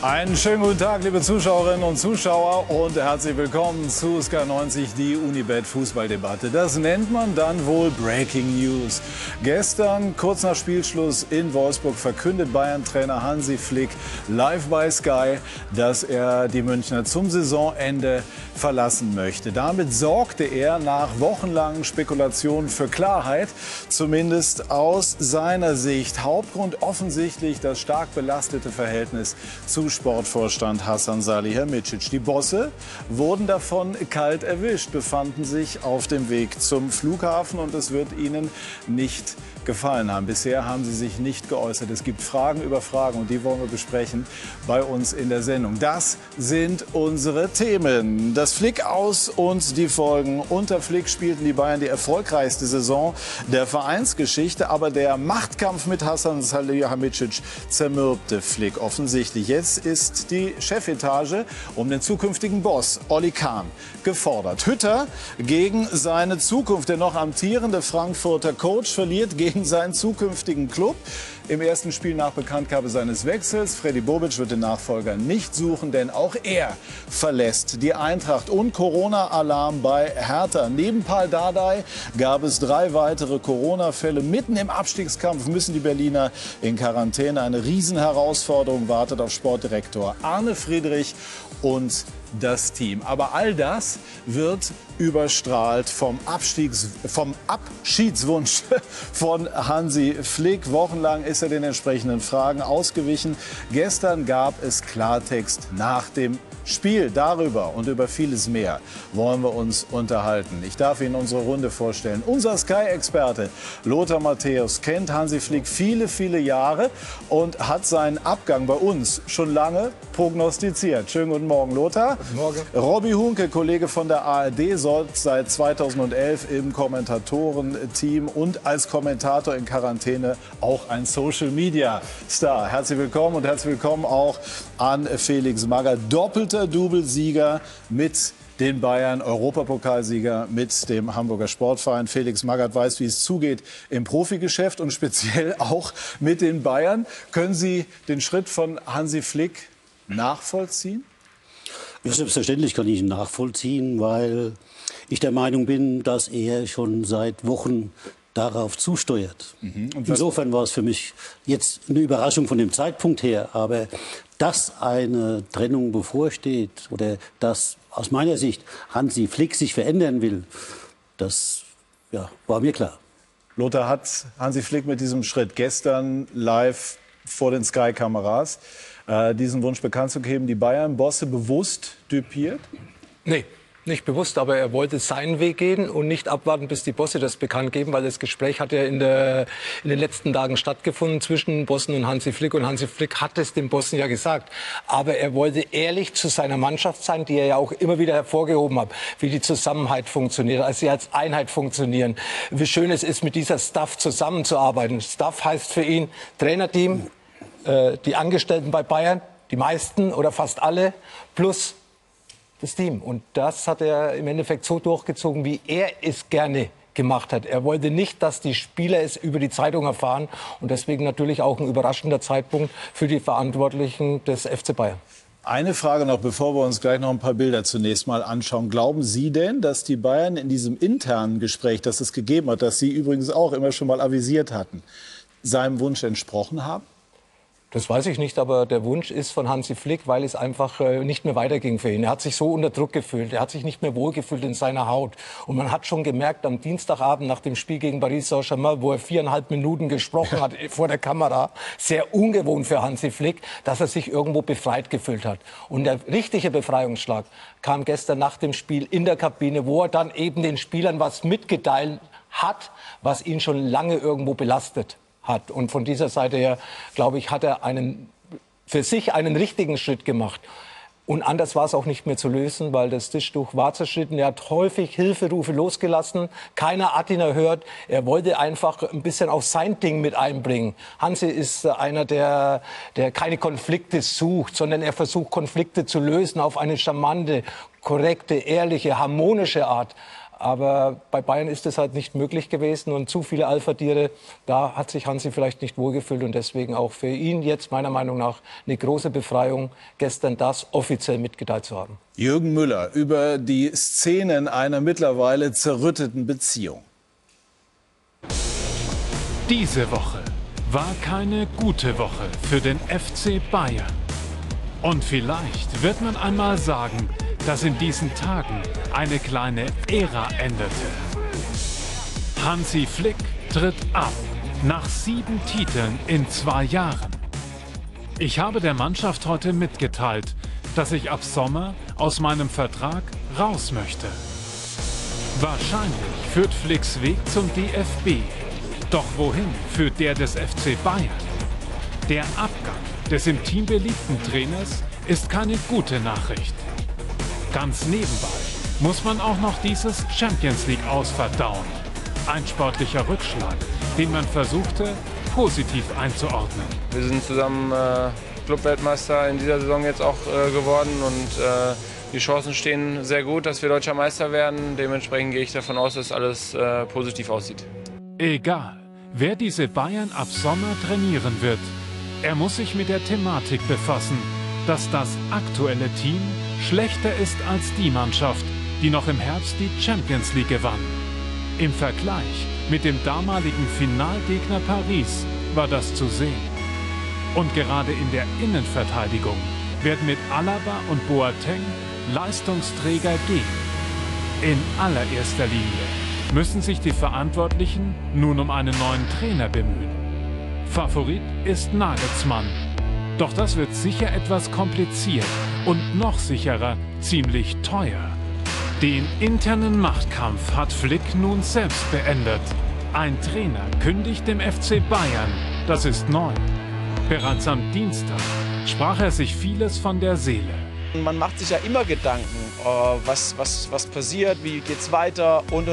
Einen schönen guten Tag, liebe Zuschauerinnen und Zuschauer, und herzlich willkommen zu Sky 90, die Unibet Fußballdebatte. Das nennt man dann wohl Breaking News. Gestern, kurz nach Spielschluss in Wolfsburg, verkündet Bayern-Trainer Hansi Flick live bei Sky, dass er die Münchner zum Saisonende verlassen möchte. Damit sorgte er nach wochenlangen Spekulationen für Klarheit, zumindest aus seiner Sicht. Hauptgrund offensichtlich das stark belastete Verhältnis zu Sportvorstand Hasan Salihamidzic. Die Bosse wurden davon kalt erwischt, befanden sich auf dem Weg zum Flughafen, und es wird ihnen nicht gefallen haben. Bisher haben sie sich nicht geäußert. Es gibt Fragen über Fragen, und die wollen wir besprechen bei uns in der Sendung. Das sind unsere Themen. Das Flick aus und die Folgen. Unter Flick spielten die Bayern die erfolgreichste Saison der Vereinsgeschichte, aber der Machtkampf mit Hasan Salihamidzic zermürbte Flick offensichtlich. Jetzt ist die Chefetage um den zukünftigen Boss Oli Kahn gefordert. Hütter gegen seine Zukunft. Der noch amtierende Frankfurter Coach verliert gegen seinen zukünftigen Club. Im ersten Spiel nach Bekanntgabe seines Wechsels. Freddy Bobic wird den Nachfolger nicht suchen, denn auch er verlässt die Eintracht. Und Corona-Alarm bei Hertha. Neben Pal Dardai gab es 3 weitere Corona-Fälle. Mitten im Abstiegskampf müssen die Berliner in Quarantäne. Eine Riesenherausforderung wartet auf Sportdirektor Arne Friedrich und das Team. Aber all das wird überstrahlt vom Abschiedswunsch von Hansi Flick. Wochenlang ist er den entsprechenden Fragen ausgewichen. Gestern gab es Klartext nach dem Spiel. Darüber und über vieles mehr wollen wir uns unterhalten. Ich darf Ihnen unsere Runde vorstellen. Unser Sky-Experte Lothar Matthäus kennt Hansi Flick viele, viele Jahre und hat seinen Abgang bei uns schon lange prognostiziert. Schönen guten Morgen, Lothar. Guten Morgen. Robby Hunke, Kollege von der ARD, sorgt seit 2011 im Kommentatorenteam und als Kommentator in Quarantäne auch ein Social-Media-Star. Herzlich willkommen, und herzlich willkommen auch an Felix Magath, doppelter Doublesieger mit den Bayern, Europapokalsieger mit dem Hamburger Sportverein. Felix Magath weiß, wie es zugeht im Profigeschäft und speziell auch mit den Bayern. Können Sie den Schritt von Hansi Flick nachvollziehen? Ja, selbstverständlich kann ich ihn nachvollziehen, weil ich der Meinung bin, dass er schon seit Wochen darauf zusteuert. Insofern war es für mich jetzt eine Überraschung von dem Zeitpunkt her. Aber dass eine Trennung bevorsteht oder dass aus meiner Sicht Hansi Flick sich verändern will, das war mir klar. Lothar, hat Hansi Flick mit diesem Schritt gestern live vor den Sky-Kameras diesen Wunsch bekannt zu geben, die Bayern-Bosse bewusst düpiert? Nee, nicht bewusst, aber er wollte seinen Weg gehen und nicht abwarten, bis die Bosse das bekannt geben, weil das Gespräch hat ja in den letzten Tagen stattgefunden zwischen Bossen und Hansi Flick. Und Hansi Flick hat es den Bossen ja gesagt. Aber er wollte ehrlich zu seiner Mannschaft sein, die er ja auch immer wieder hervorgehoben hat, wie die Zusammenhalt funktioniert, als sie als Einheit funktionieren. Wie schön es ist, mit dieser Staff zusammenzuarbeiten. Staff heißt für ihn Trainerteam, die Angestellten bei Bayern, die meisten oder fast alle, plus das Team. Und das hat er im Endeffekt so durchgezogen, wie er es gerne gemacht hat. Er wollte nicht, dass die Spieler es über die Zeitung erfahren. Und deswegen natürlich auch ein überraschender Zeitpunkt für die Verantwortlichen des FC Bayern. Eine Frage noch, bevor wir uns gleich noch ein paar Bilder zunächst mal anschauen. Glauben Sie denn, dass die Bayern in diesem internen Gespräch, das es gegeben hat, das Sie übrigens auch immer schon mal avisiert hatten, seinem Wunsch entsprochen haben? Das weiß ich nicht, aber der Wunsch ist von Hansi Flick, weil es einfach nicht mehr weiterging für ihn. Er hat sich so unter Druck gefühlt, er hat sich nicht mehr wohlgefühlt in seiner Haut. Und man hat schon gemerkt am Dienstagabend nach dem Spiel gegen Paris Saint-Germain, wo er 4,5 Minuten gesprochen hat vor der Kamera, sehr ungewohnt für Hansi Flick, dass er sich irgendwo befreit gefühlt hat. Und der richtige Befreiungsschlag kam gestern nach dem Spiel in der Kabine, wo er dann eben den Spielern was mitgeteilt hat, was ihn schon lange irgendwo belastet hat. Und von dieser Seite her, glaube ich, hat er für sich einen richtigen Schritt gemacht. Und anders war es auch nicht mehr zu lösen, weil das Tischtuch war zerschnitten. Er hat häufig Hilferufe losgelassen. Keiner hat ihn erhört. Er wollte einfach ein bisschen auch sein Ding mit einbringen. Hansi ist einer, der keine Konflikte sucht, sondern er versucht, Konflikte zu lösen auf eine charmante, korrekte, ehrliche, harmonische Art. Aber bei Bayern ist es halt nicht möglich gewesen und zu viele Alpha-Tiere, da hat sich Hansi vielleicht nicht wohlgefühlt und deswegen auch für ihn jetzt meiner Meinung nach eine große Befreiung, gestern das offiziell mitgeteilt zu haben. Jürgen Müller über die Szenen einer mittlerweile zerrütteten Beziehung. Diese Woche war keine gute Woche für den FC Bayern. Und vielleicht wird man einmal sagen, dass in diesen Tagen eine kleine Ära endete. Hansi Flick tritt ab nach 7 Titeln in 2 Jahren. Ich habe der Mannschaft heute mitgeteilt, dass ich ab Sommer aus meinem Vertrag raus möchte. Wahrscheinlich führt Flicks Weg zum DFB. Doch wohin führt der des FC Bayern? Der Abgang des im Team beliebten Trainers ist keine gute Nachricht. Ganz nebenbei muss man auch noch dieses Champions League aus verdauen. Ein sportlicher Rückschlag, den man versuchte, positiv einzuordnen. Wir sind zusammen Clubweltmeister in dieser Saison jetzt auch geworden und die Chancen stehen sehr gut, dass wir Deutscher Meister werden. Dementsprechend gehe ich davon aus, dass alles positiv aussieht. Egal, wer diese Bayern ab Sommer trainieren wird, er muss sich mit der Thematik befassen, dass das aktuelle Team schlechter ist als die Mannschaft, die noch im Herbst die Champions League gewann. Im Vergleich mit dem damaligen Finalgegner Paris war das zu sehen. Und gerade in der Innenverteidigung werden mit Alaba und Boateng Leistungsträger gehen. In allererster Linie müssen sich die Verantwortlichen nun um einen neuen Trainer bemühen. Favorit ist Nagelsmann. Doch das wird sicher etwas kompliziert und noch sicherer ziemlich teuer. Den internen Machtkampf hat Flick nun selbst beendet. Ein Trainer kündigt dem FC Bayern. Das ist neu. Bereits am Dienstag sprach er sich vieles von der Seele. Man macht sich ja immer Gedanken, was passiert, wie geht's weiter und.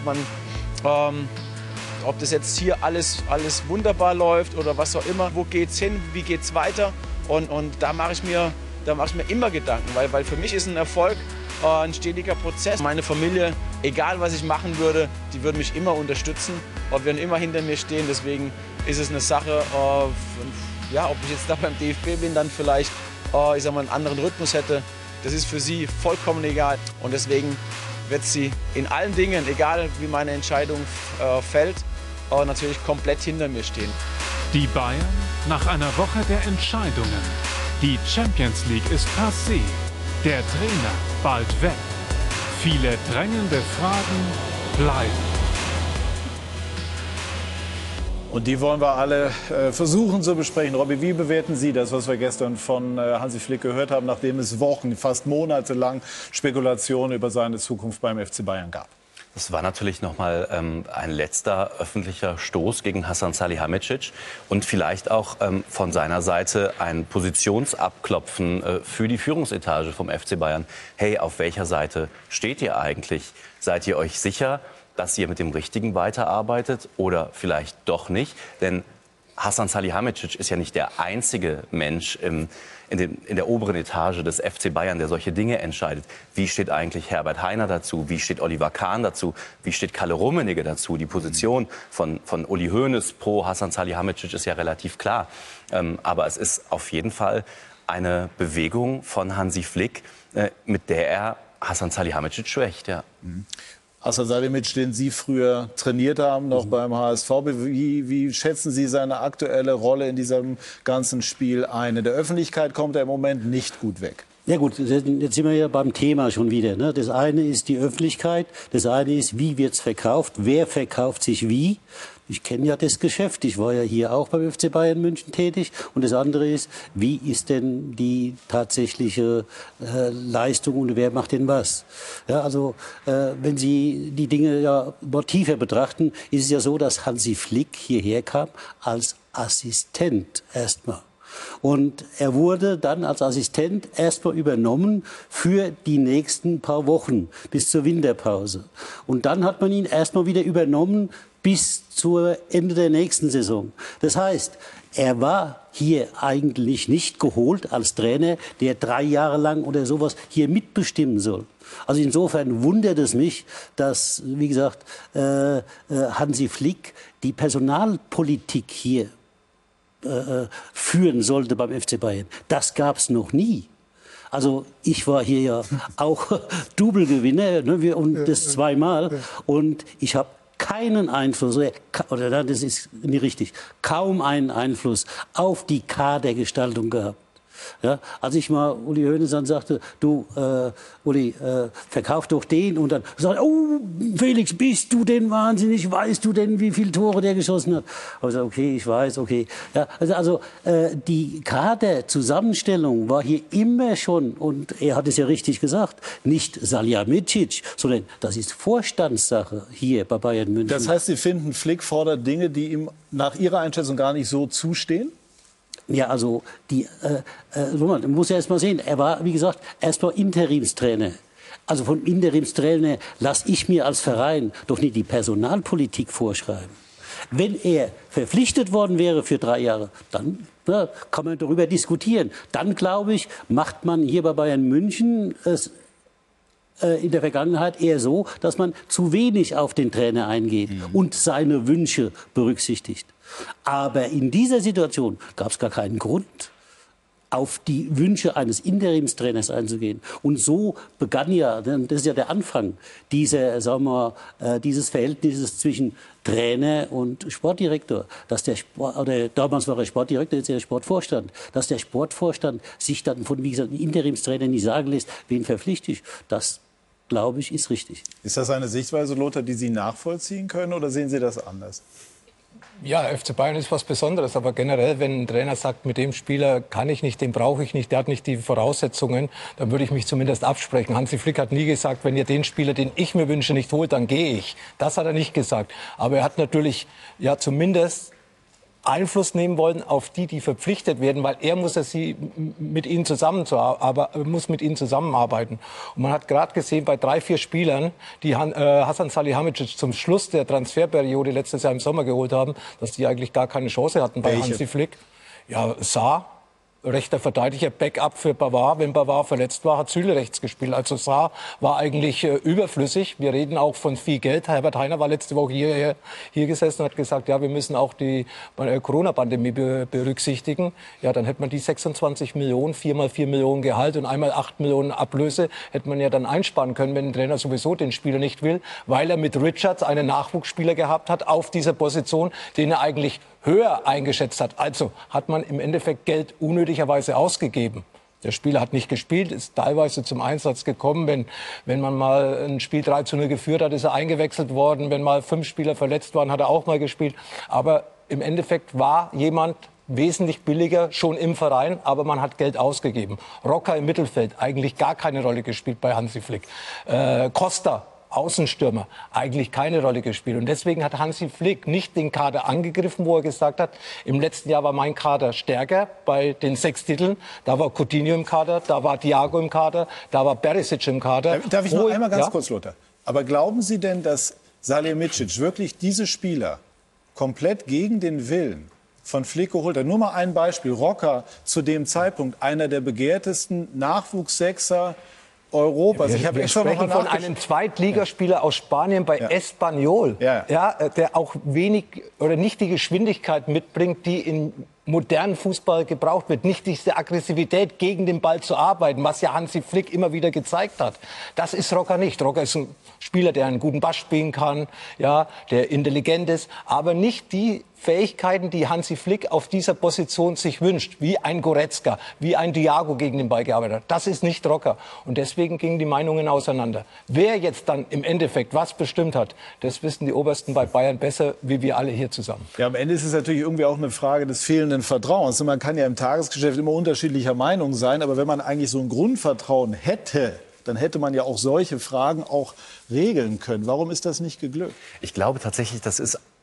Ob das jetzt hier alles wunderbar läuft oder was auch immer, wo geht's hin, wie geht's weiter und da mache ich mir immer Gedanken, weil für mich ist ein Erfolg ein stetiger Prozess. Meine Familie, egal was ich machen würde, die würden mich immer unterstützen und werden immer hinter mir stehen. Deswegen ist es eine Sache, ja, ob ich jetzt da beim DFB bin, dann vielleicht ich sag mal, einen anderen Rhythmus hätte. Das ist für sie vollkommen egal und deswegen wird sie in allen Dingen, egal wie meine Entscheidung fällt, natürlich komplett hinter mir stehen. Die Bayern nach einer Woche der Entscheidungen. Die Champions League ist passé. Der Trainer bald weg. Viele drängende Fragen bleiben. Und die wollen wir alle versuchen zu besprechen. Robby, wie bewerten Sie das, was wir gestern von Hansi Flick gehört haben, nachdem es Wochen, fast monatelang Spekulationen über seine Zukunft beim FC Bayern gab? Das war natürlich noch mal ein letzter öffentlicher Stoß gegen Hasan Salihamidzic und vielleicht auch von seiner Seite ein Positionsabklopfen für die Führungsetage vom FC Bayern. Hey, auf welcher Seite steht ihr eigentlich? Seid ihr euch sicher, dass ihr mit dem Richtigen weiterarbeitet oder vielleicht doch nicht? Denn Hasan Salihamidzic ist ja nicht der einzige Mensch in der oberen Etage des FC Bayern, der solche Dinge entscheidet. Wie steht eigentlich Herbert Hainer dazu? Wie steht Oliver Kahn dazu? Wie steht Kalle Rummenigge dazu? Die Position von Uli Hoeneß pro Hasan Salihamidzic ist ja relativ klar. Aber es ist auf jeden Fall eine Bewegung von Hansi Flick, mit der er Hasan Salihamidzic schwächt. Ja. Hasan Salihamidzic, den Sie früher trainiert haben, noch beim HSV. Wie schätzen Sie seine aktuelle Rolle in diesem ganzen Spiel ein? In der Öffentlichkeit kommt er im Moment nicht gut weg. Ja gut, jetzt sind wir ja beim Thema schon wieder. Ne? Das eine ist die Öffentlichkeit, das eine ist, wie wird's verkauft, wer verkauft sich wie. Ich kenne ja das Geschäft, ich war ja hier auch beim FC Bayern München tätig. Und das andere ist, wie ist denn die tatsächliche Leistung und wer macht denn was? Ja, also wenn Sie die Dinge ja mal tiefer betrachten, ist es ja so, dass Hansi Flick hierher kam als Assistent erstmal. Und er wurde dann als Assistent erstmal übernommen für die nächsten paar Wochen bis zur Winterpause. Und dann hat man ihn erstmal wieder übernommen bis zum Ende der nächsten Saison. Das heißt, er war hier eigentlich nicht geholt als Trainer, der 3 Jahre lang oder sowas hier mitbestimmen soll. Also insofern wundert es mich, dass, wie gesagt, Hansi Flick die Personalpolitik hier führen sollte beim FC Bayern. Das gab es noch nie. Also ich war hier ja auch Double-Gewinner, ne, und das 2-mal. Und ich habe keinen Einfluss, oder das ist nicht richtig, kaum einen Einfluss auf die Kadergestaltung gehabt. Ja, als ich mal Uli Hoeneß dann sagte, du, Uli, verkauf doch den, und dann sagt, oh, Felix, bist du denn wahnsinnig, weißt du denn, wie viele Tore der geschossen hat? Aber ich sage, okay, ich weiß, okay. Ja, also die Kaderzusammenstellung war hier immer schon, und er hat es ja richtig gesagt, nicht Salihamidzic, sondern das ist Vorstandssache hier bei Bayern München. Das heißt, Sie finden, Flick fordert Dinge, die ihm nach Ihrer Einschätzung gar nicht so zustehen? Ja, also man muss ja erst mal sehen, er war, wie gesagt, erst mal Interimstrainer. Also von Interimstrainer lasse ich mir als Verein doch nicht die Personalpolitik vorschreiben. Wenn er verpflichtet worden wäre für 3 Jahre, dann kann man darüber diskutieren. Dann, glaube ich, macht man hier bei Bayern München es in der Vergangenheit eher so, dass man zu wenig auf den Trainer eingeht und seine Wünsche berücksichtigt. Aber in dieser Situation gab es gar keinen Grund, auf die Wünsche eines Interimstrainers einzugehen. Und so begann ja, das ist ja der Anfang dieses Verhältnisses zwischen Trainer und Sportdirektor. Dass damals war er Sportdirektor, jetzt ist er Sportvorstand. Dass der Sportvorstand sich dann von, wie gesagt, Interimstrainer nicht sagen lässt, wen verpflichte ich, das, glaube ich, ist richtig. Ist das eine Sichtweise, Lothar, die Sie nachvollziehen können, oder sehen Sie das anders? Ja, FC Bayern ist was Besonderes, aber generell, wenn ein Trainer sagt, mit dem Spieler kann ich nicht, den brauche ich nicht, der hat nicht die Voraussetzungen, dann würde ich mich zumindest absprechen. Hansi Flick hat nie gesagt, wenn ihr den Spieler, den ich mir wünsche, nicht holt, dann gehe ich. Das hat er nicht gesagt. Aber er hat natürlich ja zumindest Einfluss nehmen wollen auf die verpflichtet werden, weil er muss mit ihnen zusammenarbeiten. Und man hat gerade gesehen, bei 3, 4 Spielern, die Hasan Salihamidzic zum Schluss der Transferperiode letztes Jahr im Sommer geholt haben, dass die eigentlich gar keine Chance hatten bei Hansi Flick. Ja, Sarr, rechter Verteidiger, Backup für Pavard. Wenn Pavard verletzt war, hat Süle rechts gespielt. Also Sarr war eigentlich überflüssig. Wir reden auch von viel Geld. Herbert Hainer war letzte Woche hier gesessen und hat gesagt, ja, wir müssen auch die Corona-Pandemie berücksichtigen. Ja, dann hätte man die 26 Millionen, 4 mal 4 Millionen Gehalt und einmal 8 Millionen Ablöse, hätte man ja dann einsparen können, wenn ein Trainer sowieso den Spieler nicht will, weil er mit Richards einen Nachwuchsspieler gehabt hat auf dieser Position, den er eigentlich höher eingeschätzt hat. Also hat man im Endeffekt Geld unnötigerweise ausgegeben. Der Spieler hat nicht gespielt, ist teilweise zum Einsatz gekommen. Wenn man mal ein Spiel 3:0 geführt hat, ist er eingewechselt worden. Wenn mal 5 Spieler verletzt waren, hat er auch mal gespielt. Aber im Endeffekt war jemand wesentlich billiger schon im Verein, aber man hat Geld ausgegeben. Rocker im Mittelfeld, eigentlich gar keine Rolle gespielt bei Hansi Flick. Costa, Außenstürmer, eigentlich keine Rolle gespielt. Und deswegen hat Hansi Flick nicht den Kader angegriffen, wo er gesagt hat, im letzten Jahr war mein Kader stärker bei den 6 Titeln. Da war Coutinho im Kader, da war Thiago im Kader, da war Perisic im Kader. Darf ich noch einmal ganz kurz, Lothar? Aber glauben Sie denn, dass Salihamidzic wirklich diese Spieler komplett gegen den Willen von Flick geholt hat? Nur mal ein Beispiel. Rocker, zu dem Zeitpunkt einer der begehrtesten Nachwuchssechser Europas. Wir sprechen von einem Zweitligaspieler aus Spanien bei Espanyol, der auch wenig oder nicht die Geschwindigkeit mitbringt, die in modernen Fußball gebraucht wird. Nicht diese Aggressivität, gegen den Ball zu arbeiten, was ja Hansi Flick immer wieder gezeigt hat. Das ist Rocker nicht. Rocker ist ein Spieler, der einen guten Pass spielen kann, ja, der intelligent ist, aber nicht die Fähigkeiten, die Hansi Flick auf dieser Position sich wünscht, wie ein Goretzka, wie ein Thiago gegen den Ball gearbeitet hat. Das ist nicht Rocker. Und deswegen gingen die Meinungen auseinander. Wer jetzt dann im Endeffekt was bestimmt hat, das wissen die Obersten bei Bayern besser, wie wir alle hier zusammen. Ja, am Ende ist es natürlich irgendwie auch eine Frage des fehlenden Vertrauens. Und man kann ja im Tagesgeschäft immer unterschiedlicher Meinung sein, aber wenn man eigentlich so ein Grundvertrauen hätte, dann hätte man ja auch solche Fragen auch regeln können. Warum ist das nicht geglückt? Ich glaube tatsächlich, das ist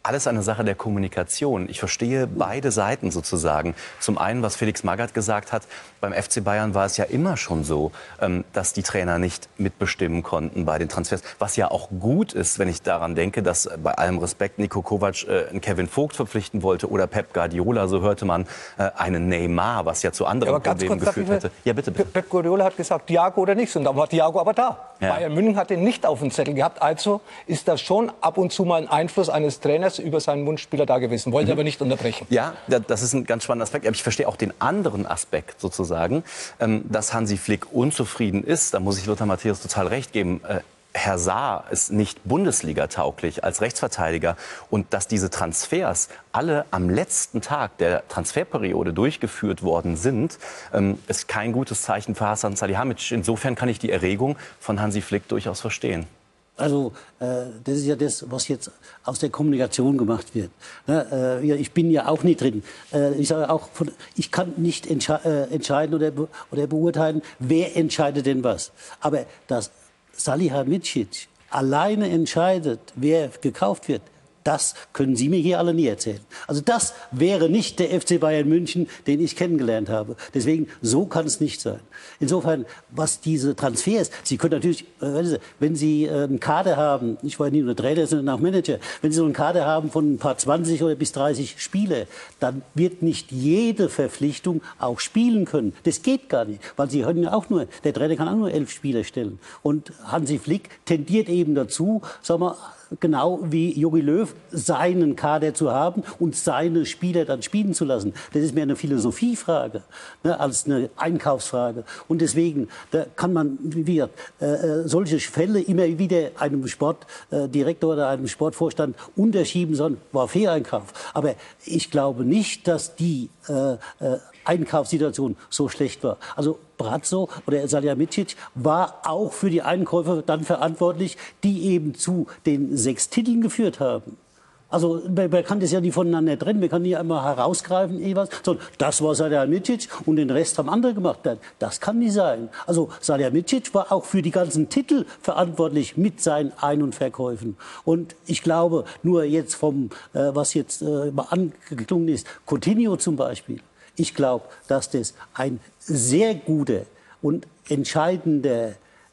alles eine Sache der Kommunikation. Ich verstehe beide Seiten sozusagen. Zum einen, was Felix Magath gesagt hat, beim FC Bayern war es ja immer schon so, dass die Trainer nicht mitbestimmen konnten bei den Transfers. Was ja auch gut ist, wenn ich daran denke, dass bei allem Respekt Niko Kovac einen Kevin Vogt verpflichten wollte oder Pep Guardiola, so hörte man, einen Neymar, was ja zu anderen Problemen geführt hätte. Ja, bitte. Pep Guardiola hat gesagt, Thiago oder nichts. Und dann war Thiago aber da. Ja. Bayern München hat den nicht auf dem Zettel gehabt. Also ist das schon ab und zu mal ein Einfluss eines Trainers über seinen Wunschspieler da gewesen. Wollte aber nicht unterbrechen. Ja, das ist ein ganz spannender Aspekt. Aber ich verstehe auch den anderen Aspekt sozusagen, dass Hansi Flick unzufrieden ist. Da muss ich Lothar Matthäus total recht geben. Herr Saar ist nicht Bundesliga-tauglich als Rechtsverteidiger. Und dass diese Transfers alle am letzten Tag der Transferperiode durchgeführt worden sind, ist kein gutes Zeichen für Hasan Salihamidzic. Insofern kann ich die Erregung von Hansi Flick durchaus verstehen. Also das ist ja das, was jetzt aus der Kommunikation gemacht wird. Ich bin ja auch nicht drin. Ich sage auch, ich kann nicht entscheiden oder beurteilen, wer entscheidet denn was. Aber dass Salihamidzic alleine entscheidet, wer gekauft wird, das können Sie mir hier alle nie erzählen. Also das wäre nicht der FC Bayern München, den ich kennengelernt habe. Deswegen, so kann es nicht sein. Insofern, was diese Transfers, Sie können natürlich, wenn Sie einen Kader haben, ich war nicht nur Trainer, sondern auch Manager, wenn Sie so einen Kader haben von ein paar 20 oder bis 30 Spieler, dann wird nicht jede Verpflichtung auch spielen können. Das geht gar nicht, weil Sie können ja auch nur, der Trainer kann auch nur 11 Spieler stellen. Und Hansi Flick tendiert eben dazu, sagen wir, genau wie Jogi Löw, seinen Kader zu haben und seine Spieler dann spielen zu lassen. Das ist mehr eine Philosophiefrage, ne, als eine Einkaufsfrage. Und deswegen, da kann man solche Fälle immer wieder einem Sportdirektor oder einem Sportvorstand unterschieben, sondern war Fehleinkauf. Aber ich glaube nicht, dass die Einkaufssituation so schlecht war. Also Brazzo oder Salihamidzic war auch für die Einkäufe dann verantwortlich, die eben zu den 6 Titeln geführt haben. Also man kann das ja nicht voneinander trennen. Wir können nicht einmal herausgreifen, sondern das war Salihamidzic und den Rest haben andere gemacht. Das kann nicht sein. Also Salihamidzic war auch für die ganzen Titel verantwortlich mit seinen Ein- und Verkäufen. Und ich glaube, nur jetzt was jetzt mal angeklungen ist, Coutinho zum Beispiel. Ich glaube, dass das ein sehr guter und entscheidender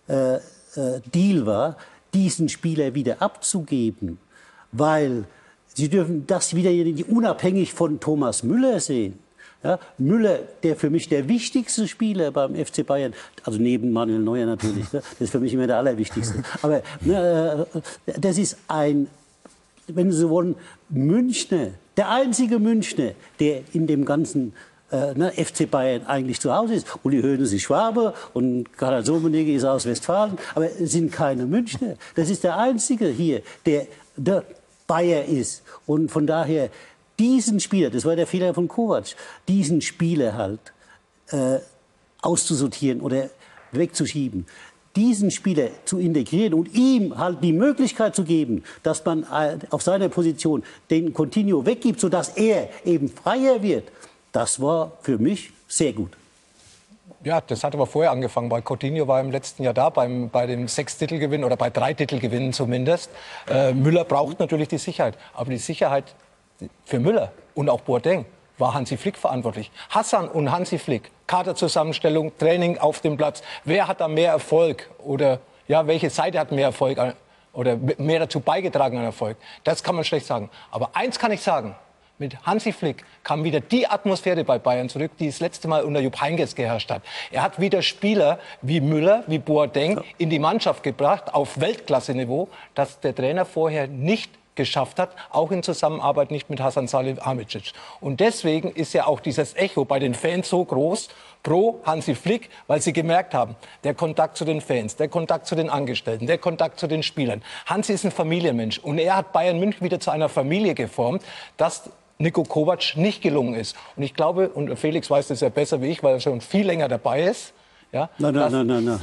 Deal war, diesen Spieler wieder abzugeben, weil Sie dürfen das wieder unabhängig von Thomas Müller sehen. Ja, Müller, der für mich der wichtigste Spieler beim FC Bayern, also neben Manuel Neuer natürlich, das ist für mich immer der allerwichtigste. Aber das ist ein, wenn Sie so wollen, Münchner, der einzige Münchner, der in dem ganzen FC Bayern eigentlich zu Hause ist. Uli Hoeneß ist Schwabe und Karl Rummenigge ist aus Westfalen, aber es sind keine Münchner. Das ist der einzige hier, der Bayer ist. Und von daher diesen Spieler, das war der Fehler von Kovac, diesen Spieler halt auszusortieren oder wegzuschieben, diesen Spieler zu integrieren und ihm halt die Möglichkeit zu geben, dass man auf seiner Position den Coutinho weggibt, sodass er eben freier wird, das war für mich sehr gut. Ja, das hat aber vorher angefangen. Bei Coutinho war im letzten Jahr da, bei dem 6-Titelgewinn oder bei 3 Titelgewinnen zumindest. Müller braucht natürlich die Sicherheit. Aber die Sicherheit für Müller und auch Boateng war Hansi Flick verantwortlich. Hasan und Hansi Flick, Kaderzusammenstellung, Training auf dem Platz. Wer hat da mehr Erfolg? Oder ja, welche Seite hat mehr Erfolg oder mehr dazu beigetragen an Erfolg? Das kann man schlecht sagen. Aber eins kann ich sagen. Mit Hansi Flick kam wieder die Atmosphäre bei Bayern zurück, die das letzte Mal unter Jupp Heynckes geherrscht hat. Er hat wieder Spieler wie Müller, wie Boateng in die Mannschaft gebracht, auf Weltklasse-Niveau, das der Trainer vorher nicht geschafft hat, auch in Zusammenarbeit nicht mit Hasan Salihamidzic. Und deswegen ist ja auch dieses Echo bei den Fans so groß pro Hansi Flick, weil sie gemerkt haben, der Kontakt zu den Fans, der Kontakt zu den Angestellten, der Kontakt zu den Spielern. Hansi ist ein Familienmensch und er hat Bayern München wieder zu einer Familie geformt, das Niko Kovac nicht gelungen ist. Und ich glaube, und Felix weiß das ja besser wie ich, weil er schon viel länger dabei ist. Ja, nein.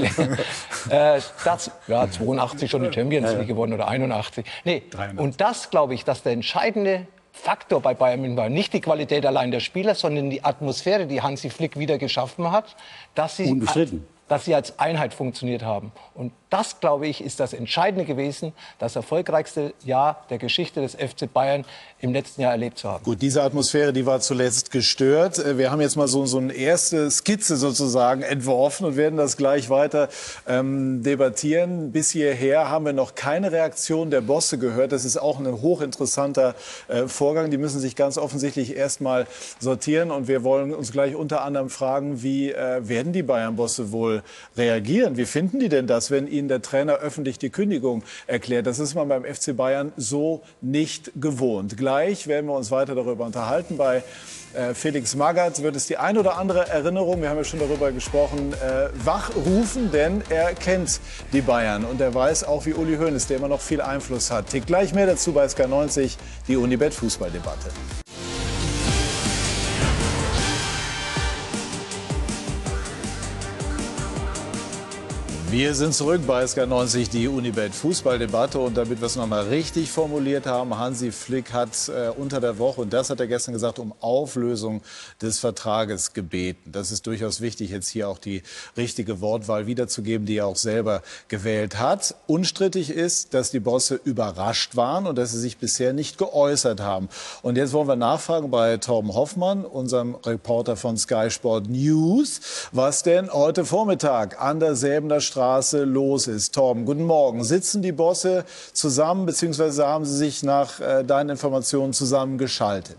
Das, 82 schon die Champions League gewonnen oder 81. Nee, 83. Und das, glaube ich, dass der entscheidende Faktor bei Bayern München war nicht die Qualität allein der Spieler, sondern die Atmosphäre, die Hansi Flick wieder geschaffen hat. Dass sie unbestritten. dass sie als Einheit funktioniert haben. Und das, glaube ich, ist das Entscheidende gewesen, das erfolgreichste Jahr der Geschichte des FC Bayern im letzten Jahr erlebt zu haben. Gut, diese Atmosphäre, die war zuletzt gestört. Wir haben jetzt mal so eine erste Skizze sozusagen entworfen und werden das gleich weiter debattieren. Bis hierher haben wir noch keine Reaktion der Bosse gehört. Das ist auch ein hochinteressanter Vorgang. Die müssen sich ganz offensichtlich erst mal sortieren. Und wir wollen uns gleich unter anderem fragen, wie werden die Bayern-Bosse wohl reagieren? Wie finden die denn das, wenn ihnen der Trainer öffentlich die Kündigung erklärt? Das ist man beim FC Bayern so nicht gewohnt. Gleich werden wir uns weiter darüber unterhalten. Bei Felix Magath wird es die ein oder andere Erinnerung, wir haben ja schon darüber gesprochen, wachrufen, denn er kennt die Bayern und er weiß auch, wie Uli Hoeneß, der immer noch viel Einfluss hat. Tick gleich mehr dazu bei Sky90, die Unibet Fußballdebatte. Wir sind zurück bei Sky90, die Unibet Fußballdebatte. Und damit wir es noch mal richtig formuliert haben, Hansi Flick hat unter der Woche, und das hat er gestern gesagt, um Auflösung des Vertrages gebeten. Das ist durchaus wichtig, jetzt hier auch die richtige Wortwahl wiederzugeben, die er auch selber gewählt hat. Unstrittig ist, dass die Bosse überrascht waren und dass sie sich bisher nicht geäußert haben. Und jetzt wollen wir nachfragen bei Torben Hoffmann, unserem Reporter von Sky Sport News, was denn heute Vormittag an der Säbener Straße los ist. Torben, guten Morgen. Sitzen die Bosse zusammen, beziehungsweise haben sie sich nach deinen Informationen zusammengeschaltet?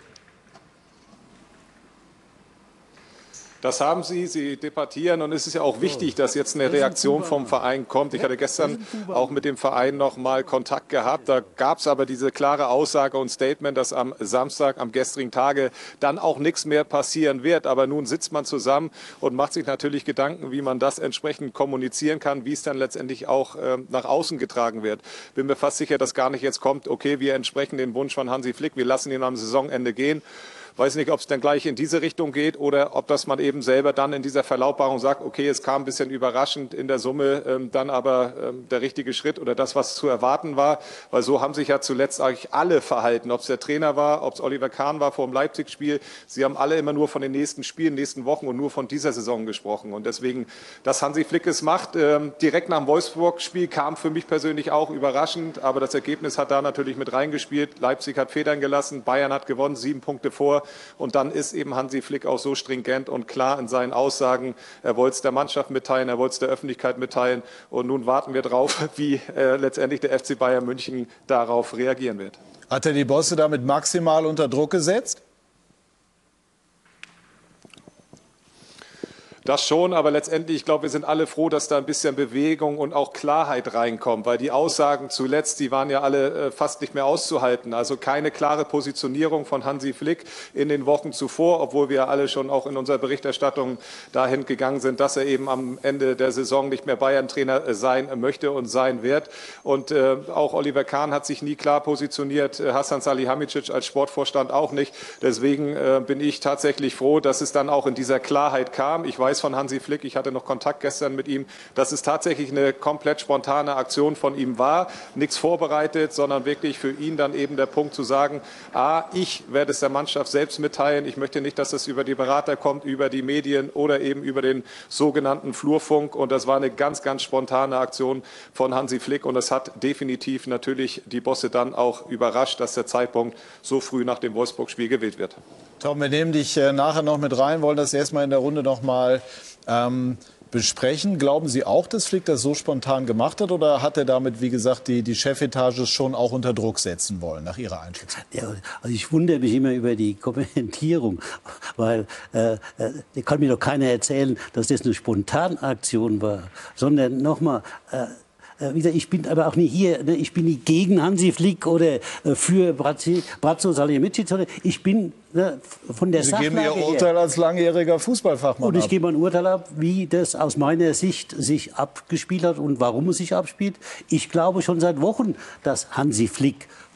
Das haben sie. Sie debattieren und es ist ja auch wichtig, dass jetzt eine Reaktion vom Verein kommt. Ich hatte gestern auch mit dem Verein noch mal Kontakt gehabt. Da gab es aber diese klare Aussage und Statement, dass am Samstag, am gestrigen Tage, dann auch nichts mehr passieren wird. Aber nun sitzt man zusammen und macht sich natürlich Gedanken, wie man das entsprechend kommunizieren kann, wie es dann letztendlich auch nach außen getragen wird. Bin mir fast sicher, dass gar nicht jetzt kommt, okay, wir entsprechen den Wunsch von Hansi Flick, wir lassen ihn am Saisonende gehen. Weiß nicht, ob es dann gleich in diese Richtung geht oder ob das man eben selber dann in dieser Verlautbarung sagt, okay, es kam ein bisschen überraschend in der Summe, dann aber der richtige Schritt oder das, was zu erwarten war. Weil so haben sich ja zuletzt eigentlich alle verhalten, ob es der Trainer war, ob es Oliver Kahn war vor dem Leipzig-Spiel. Sie haben alle immer nur von den nächsten Spielen, nächsten Wochen und nur von dieser Saison gesprochen. Und deswegen, dass Hansi Flick es macht, direkt nach dem Wolfsburg-Spiel kam für mich persönlich auch überraschend. Aber das Ergebnis hat da natürlich mit reingespielt. Leipzig hat Federn gelassen, Bayern hat gewonnen, 7 Punkte vor. Und dann ist eben Hansi Flick auch so stringent und klar in seinen Aussagen. Er wollte es der Mannschaft mitteilen, er wollte es der Öffentlichkeit mitteilen. Und nun warten wir drauf, wie letztendlich der FC Bayern München darauf reagieren wird. Hat er die Bosse damit maximal unter Druck gesetzt? Das schon, aber letztendlich, ich glaube, wir sind alle froh, dass da ein bisschen Bewegung und auch Klarheit reinkommt, weil die Aussagen zuletzt, die waren ja alle fast nicht mehr auszuhalten. Also keine klare Positionierung von Hansi Flick in den Wochen zuvor, obwohl wir alle schon auch in unserer Berichterstattung dahin gegangen sind, dass er eben am Ende der Saison nicht mehr Bayern-Trainer sein möchte und sein wird. Und auch Oliver Kahn hat sich nie klar positioniert, Hasan Salihamidzic als Sportvorstand auch nicht. Deswegen bin ich tatsächlich froh, dass es dann auch in dieser Klarheit kam. Ich weiß von Hansi Flick, ich hatte noch Kontakt gestern mit ihm, dass es tatsächlich eine komplett spontane Aktion von ihm war, nichts vorbereitet, sondern wirklich für ihn dann eben der Punkt zu sagen, ich werde es der Mannschaft selbst mitteilen, ich möchte nicht, dass es über die Berater kommt, über die Medien oder eben über den sogenannten Flurfunk, und das war eine ganz, ganz spontane Aktion von Hansi Flick und das hat definitiv natürlich die Bosse dann auch überrascht, dass der Zeitpunkt so früh nach dem Wolfsburg-Spiel gewählt wird. Tom, wir nehmen dich nachher noch mit rein, wollen das erstmal in der Runde noch mal besprechen. Glauben Sie auch, dass Flick das so spontan gemacht hat, oder hat er damit, wie gesagt, die Chefetage schon auch unter Druck setzen wollen, nach Ihrer Einschätzung? Ja, also ich wundere mich immer über die Kommentierung, weil kann mir doch keiner erzählen, dass das eine Spontanaktion war, sondern nochmal, wie gesagt, ich bin aber auch nicht hier, ne, ich bin nicht gegen Hansi Flick oder für Bratzo Salihamidzic, sondern ich bin von der Sachlage her. Sie geben Ihr Urteil als langjähriger Fußballfachmann ab. Und ich gebe ein Urteil ab, wie das aus meiner Sicht sich abgespielt hat und warum es sich abspielt. Ich glaube schon seit Wochen, dass Hansi Flick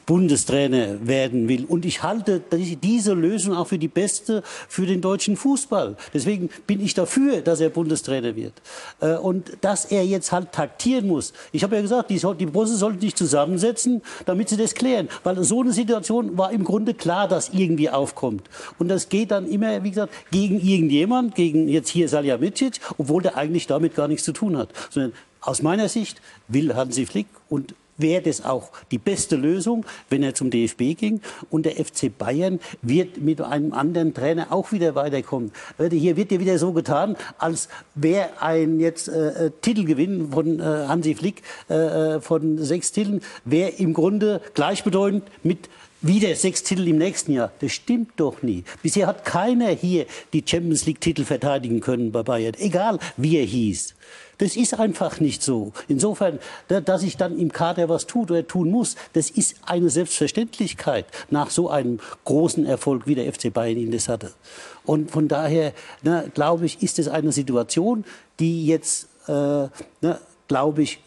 Bundestrainer werden will. Und ich halte diese Lösung auch für die beste für den deutschen Fußball. Deswegen bin ich dafür, dass er Bundestrainer wird. Und dass er jetzt halt taktieren muss. Ich habe ja gesagt, die Bosse sollten sich zusammensetzen, damit sie das klären. Weil so eine Situation war im Grunde klar, dass irgendwie aufkommt. Und das geht dann immer, wie gesagt, gegen irgendjemand, gegen jetzt hier Salihamidzic, obwohl der eigentlich damit gar nichts zu tun hat. Sondern aus meiner Sicht will Hansi Flick und wäre das auch die beste Lösung, wenn er zum DFB ging. Und der FC Bayern wird mit einem anderen Trainer auch wieder weiterkommen. Hier wird ja wieder so getan, als wäre ein jetzt Titelgewinn von Hansi Flick von 6 Titeln, wäre im Grunde gleichbedeutend mit wieder 6 Titel im nächsten Jahr. Das stimmt doch nie. Bisher hat keiner hier die Champions-League-Titel verteidigen können bei Bayern, egal wie er hieß. Das ist einfach nicht so. Insofern, dass ich dann im Kader was tut oder tun muss, das ist eine Selbstverständlichkeit nach so einem großen Erfolg, wie der FC Bayern ihn das hatte. Und von daher, glaube ich, ist es eine Situation, die jetzt, glaube ich,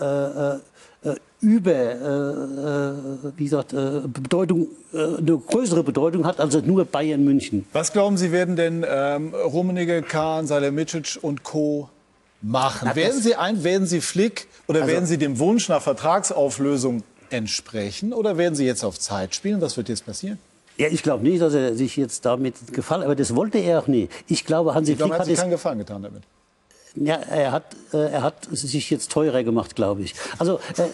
wie gesagt, Bedeutung, eine größere Bedeutung hat als nur Bayern München. Was glauben Sie, werden denn Rummenigge, Kahn, Salihamidzic und Co. machen? Werden Sie Flick oder werden Sie dem Wunsch nach Vertragsauflösung entsprechen oder werden Sie jetzt auf Zeit spielen? Was wird jetzt passieren? Ja, ich glaube nicht, dass er sich jetzt damit gefallen, aber das wollte er auch nie. Ich glaube, Hansi Flick hat sich keinen Gefallen getan damit. Ja, er hat sich jetzt teurer gemacht, glaube ich. Also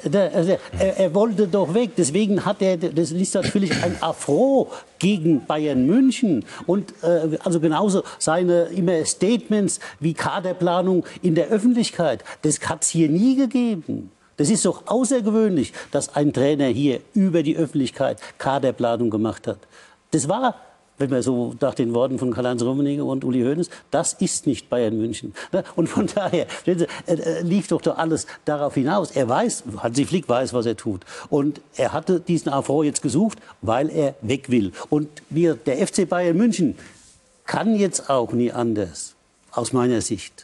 er wollte doch weg. Deswegen hat das ist natürlich ein Affront gegen Bayern München. Und also genauso seine immer Statements wie Kaderplanung in der Öffentlichkeit. Das hat es hier nie gegeben. Das ist doch außergewöhnlich, dass ein Trainer hier über die Öffentlichkeit Kaderplanung gemacht hat. Das war, wenn man so nach den Worten von Karl-Heinz Rummenigge und Uli Hoeneß, das ist nicht Bayern München. Und von daher lief doch alles darauf hinaus. Er weiß, Hansi Flick weiß, was er tut. Und er hatte diesen Affront jetzt gesucht, weil er weg will. Und der FC Bayern München kann jetzt auch nie anders, aus meiner Sicht,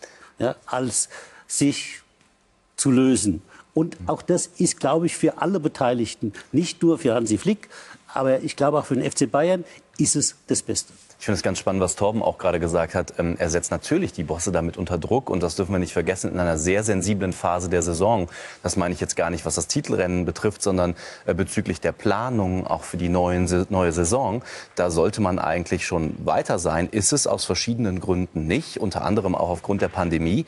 als sich zu lösen. Und auch das ist, glaube ich, für alle Beteiligten, nicht nur für Hansi Flick, aber ich glaube auch für den FC Bayern ist es das Beste. Ich finde es ganz spannend, was Torben auch gerade gesagt hat. Er setzt natürlich die Bosse damit unter Druck. Und das dürfen wir nicht vergessen, in einer sehr sensiblen Phase der Saison. Das meine ich jetzt gar nicht, was das Titelrennen betrifft, sondern bezüglich der Planung auch für die neue Saison. Da sollte man eigentlich schon weiter sein. Ist es aus verschiedenen Gründen nicht, unter anderem auch aufgrund der Pandemie.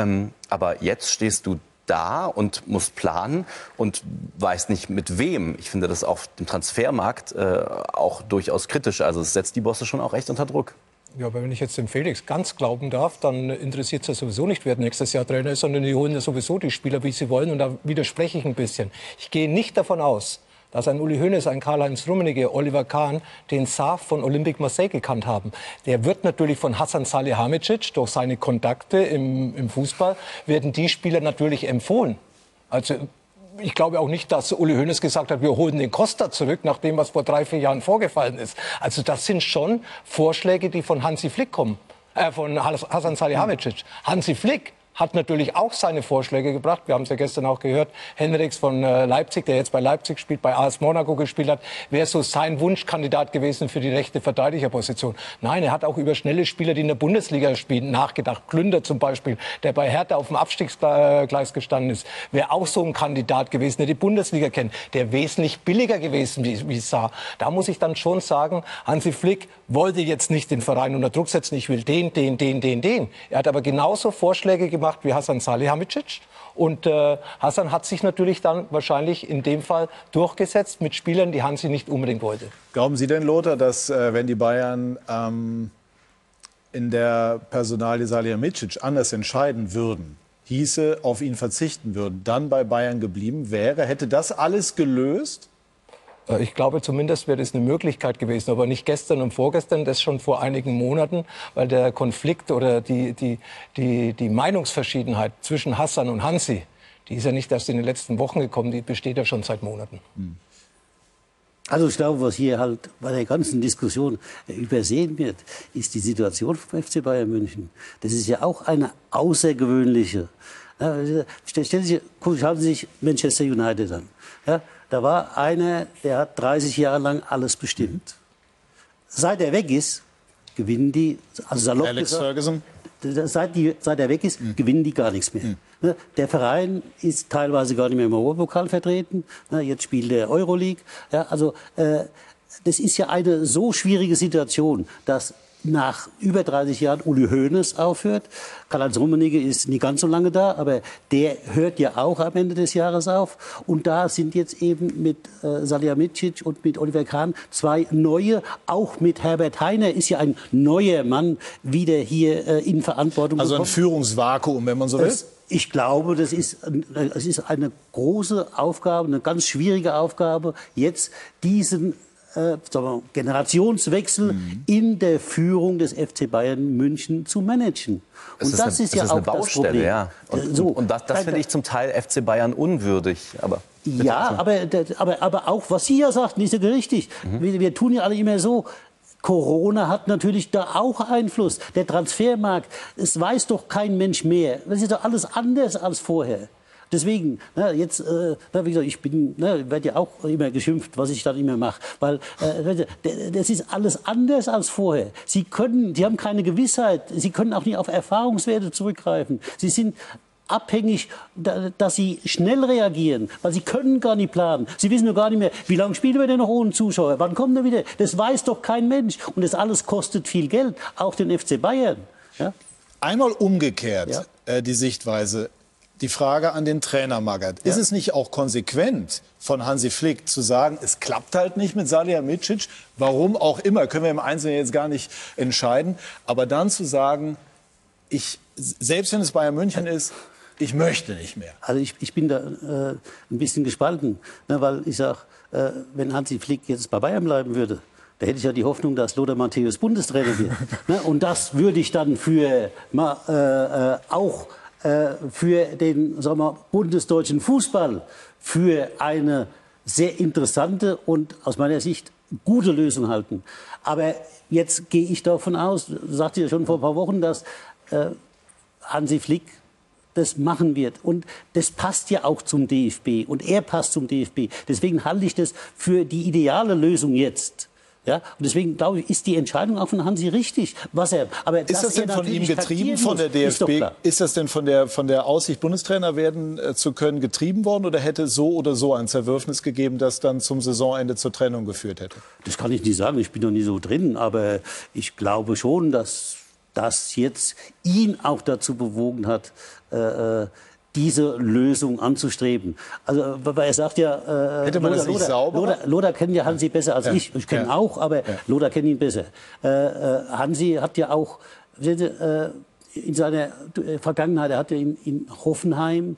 Aber jetzt stehst du da und muss planen und weiß nicht mit wem. Ich finde das auf dem Transfermarkt auch durchaus kritisch. Also es setzt die Bosse schon auch echt unter Druck. Ja, aber wenn ich jetzt dem Felix ganz glauben darf, dann interessiert es ja sowieso nicht, wer nächstes Jahr Trainer ist, sondern die holen ja sowieso die Spieler, wie sie wollen. Und da widerspreche ich ein bisschen. Ich gehe nicht davon aus, dass ein Uli Hoeneß, ein Karl-Heinz Rummenigge, Oliver Kahn den Saar von Olympique Marseille gekannt haben. Der wird natürlich von Hasan Salihamidzic durch seine Kontakte im Fußball, werden die Spieler natürlich empfohlen. Also ich glaube auch nicht, dass Uli Hoeneß gesagt hat, wir holen den Costa zurück, nach dem, was vor 3-4 Jahren vorgefallen ist. Also das sind schon Vorschläge, die von Hansi Flick kommen, von Hasan Salihamidzic. Hansi Flick hat natürlich auch seine Vorschläge gebracht. Wir haben es ja gestern auch gehört. Henrichs von Leipzig, der jetzt bei Leipzig spielt, bei AS Monaco gespielt hat, wäre so sein Wunschkandidat gewesen für die rechte Verteidigerposition. Nein, er hat auch über schnelle Spieler, die in der Bundesliga spielen, nachgedacht. Klünder zum Beispiel, der bei Hertha auf dem Abstiegsgleis gestanden ist, wäre auch so ein Kandidat gewesen, der die Bundesliga kennt. Der wesentlich billiger gewesen wie Saar. Da muss ich dann schon sagen, Hansi Flick wollte jetzt nicht den Verein unter Druck setzen. Ich will den. Er hat aber genauso Vorschläge gemacht wie Hasan Salihamidzic. Und Hasan hat sich natürlich dann wahrscheinlich in dem Fall durchgesetzt mit Spielern, die Hansi nicht unbedingt wollte. Glauben Sie denn, Lothar, dass wenn die Bayern in der Personalie Salihamidzic anders entscheiden würden, hieße, auf ihn verzichten würden, dann bei Bayern geblieben wäre, hätte das alles gelöst? Ich glaube, zumindest wäre das eine Möglichkeit gewesen, aber nicht gestern und vorgestern, das schon vor einigen Monaten, weil der Konflikt oder die Meinungsverschiedenheit zwischen Hasan und Hansi, die ist ja nicht erst in den letzten Wochen gekommen, die besteht ja schon seit Monaten. Also ich glaube, was hier halt bei der ganzen Diskussion übersehen wird, ist die Situation vom FC Bayern München. Das ist ja auch eine außergewöhnliche Schauen Sie sich Manchester United an. Ja, da war einer, der hat 30 Jahre lang alles bestimmt. Seit er weg ist, gewinnen die, also salopp Alex gesagt, Ferguson. seit er weg ist, gewinnen die gar nichts mehr. Der Verein ist teilweise gar nicht mehr im Europapokal vertreten. Jetzt spielt der Euroleague. Ja, also das ist ja eine so schwierige Situation, dass nach über 30 Jahren Uli Hoeneß aufhört. Karl-Heinz Rummenigge ist nicht ganz so lange da, aber der hört ja auch am Ende des Jahres auf. Und da sind jetzt eben mit Salihamidzic und mit Oliver Kahn zwei neue, auch mit Herbert Hainer ist ja ein neuer Mann wieder hier in Verantwortung Also ein bekommen. Führungsvakuum, wenn man so will. Ich glaube, es ist eine große Aufgabe, eine ganz schwierige Aufgabe, jetzt diesen Generationswechsel in der Führung des FC Bayern München zu managen. Und das ist ja auch eine Baustelle, das Problem. ja. Und das finde ich zum Teil FC Bayern unwürdig. Aber ja, aber auch, was Sie ja sagten, ist ja richtig. Wir tun ja alle immer so. Corona hat natürlich da auch Einfluss. Der Transfermarkt, es weiß doch kein Mensch mehr. Das ist doch alles anders als vorher. Deswegen, jetzt, wie gesagt, ich werde ja auch immer geschimpft, was ich dann immer mache. Weil das ist alles anders als vorher. Sie haben keine Gewissheit. Sie können auch nicht auf Erfahrungswerte zurückgreifen. Sie sind abhängig, dass sie schnell reagieren, weil sie können gar nicht planen. Sie wissen nur gar nicht mehr, wie lange spielen wir denn noch ohne Zuschauer? Wann kommt er wieder? Das weiß doch kein Mensch. Und das alles kostet viel Geld, auch den FC Bayern. Ja? Einmal umgekehrt die Sichtweise. Die Frage an den Trainer Magath. Ist es nicht auch konsequent von Hansi Flick zu sagen, es klappt halt nicht mit Salihamidzic, warum auch immer, können wir im Einzelnen jetzt gar nicht entscheiden, aber dann zu sagen, selbst wenn es Bayern München ist, ich möchte nicht mehr. Also ich bin da ein bisschen gespalten, weil ich sage, wenn Hansi Flick jetzt bei Bayern bleiben würde, da hätte ich ja die Hoffnung, dass Lothar Matthäus Bundestrainer wird. Und das würde ich dann auch für den bundesdeutschen Fußball für eine sehr interessante und aus meiner Sicht gute Lösung halten. Aber jetzt gehe ich davon aus, sagte ich ja schon vor ein paar Wochen, dass Hansi Flick das machen wird. Und das passt ja auch zum DFB. Und er passt zum DFB. Deswegen halte ich das für die ideale Lösung jetzt. Ja, und deswegen glaube ich, ist die Entscheidung auch von Hansi richtig. Aber ist das denn von ihm getrieben, von der DFB? Ist das denn von der Aussicht, Bundestrainer werden zu können, getrieben worden? Oder hätte es so oder so ein Zerwürfnis gegeben, das dann zum Saisonende zur Trennung geführt hätte? Das kann ich nicht sagen. Ich bin noch nie so drin. Aber ich glaube schon, dass das jetzt ihn auch dazu bewogen hat, diese Lösung anzustreben. Also, weil er sagt ja, hätte man das nicht sauber? Lothar kennt ja Hansi besser als ich. Ich kenne ihn auch, aber Lothar kennt ihn besser. Hansi hat ja auch in seiner Vergangenheit, er hat ja in Hoffenheim,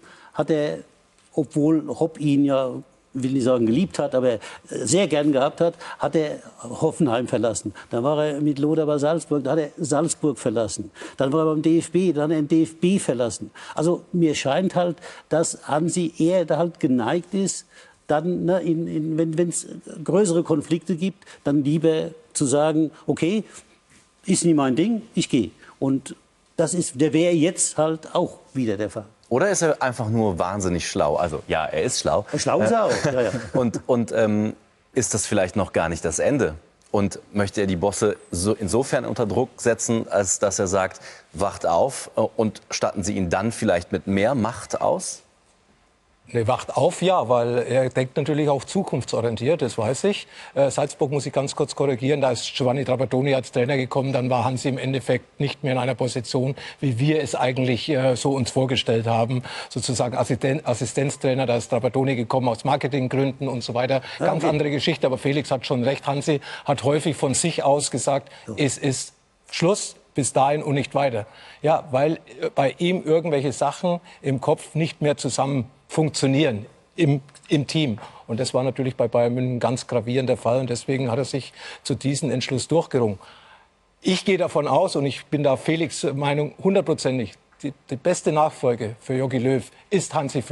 obwohl Hopp ihn ja, will nicht sagen geliebt hat, aber sehr gern gehabt hat, hat er Hoffenheim verlassen. Dann war er mit Lothar bei Salzburg, da hat er Salzburg verlassen. Dann war er beim DFB, dann hat er den DFB verlassen. Also mir scheint halt, dass Hansi eher da halt geneigt ist, dann, wenn es größere Konflikte gibt, dann lieber zu sagen, okay, ist nicht mein Ding, ich gehe. Und der wäre jetzt halt auch wieder der Fall. Oder ist er einfach nur wahnsinnig schlau? Also ja, er ist schlau. Schlau ist er auch. Ja. Und ist das vielleicht noch gar nicht das Ende? Und möchte er die Bosse insofern unter Druck setzen, als dass er sagt, wacht auf und statten Sie ihn dann vielleicht mit mehr Macht aus? Nee, wacht auf, ja, weil er denkt natürlich auch zukunftsorientiert, das weiß ich. Salzburg muss ich ganz kurz korrigieren, da ist Giovanni Trapattoni als Trainer gekommen, dann war Hansi im Endeffekt nicht mehr in einer Position, wie wir es eigentlich so uns vorgestellt haben, sozusagen Assistenztrainer, da ist Trapattoni gekommen aus Marketinggründen und so weiter. Ganz andere Geschichte, aber Felix hat schon recht, Hansi hat häufig von sich aus gesagt, es ist Schluss. Bis dahin und nicht weiter. Ja, weil bei ihm irgendwelche Sachen im Kopf nicht mehr zusammen funktionieren im Team. Und das war natürlich bei Bayern München ein ganz gravierender Fall. Und deswegen hat er sich zu diesem Entschluss durchgerungen. Ich gehe davon aus, und ich bin da Felix' Meinung 100%ig, die beste Nachfolge für Jogi Löw ist Hansi Flick.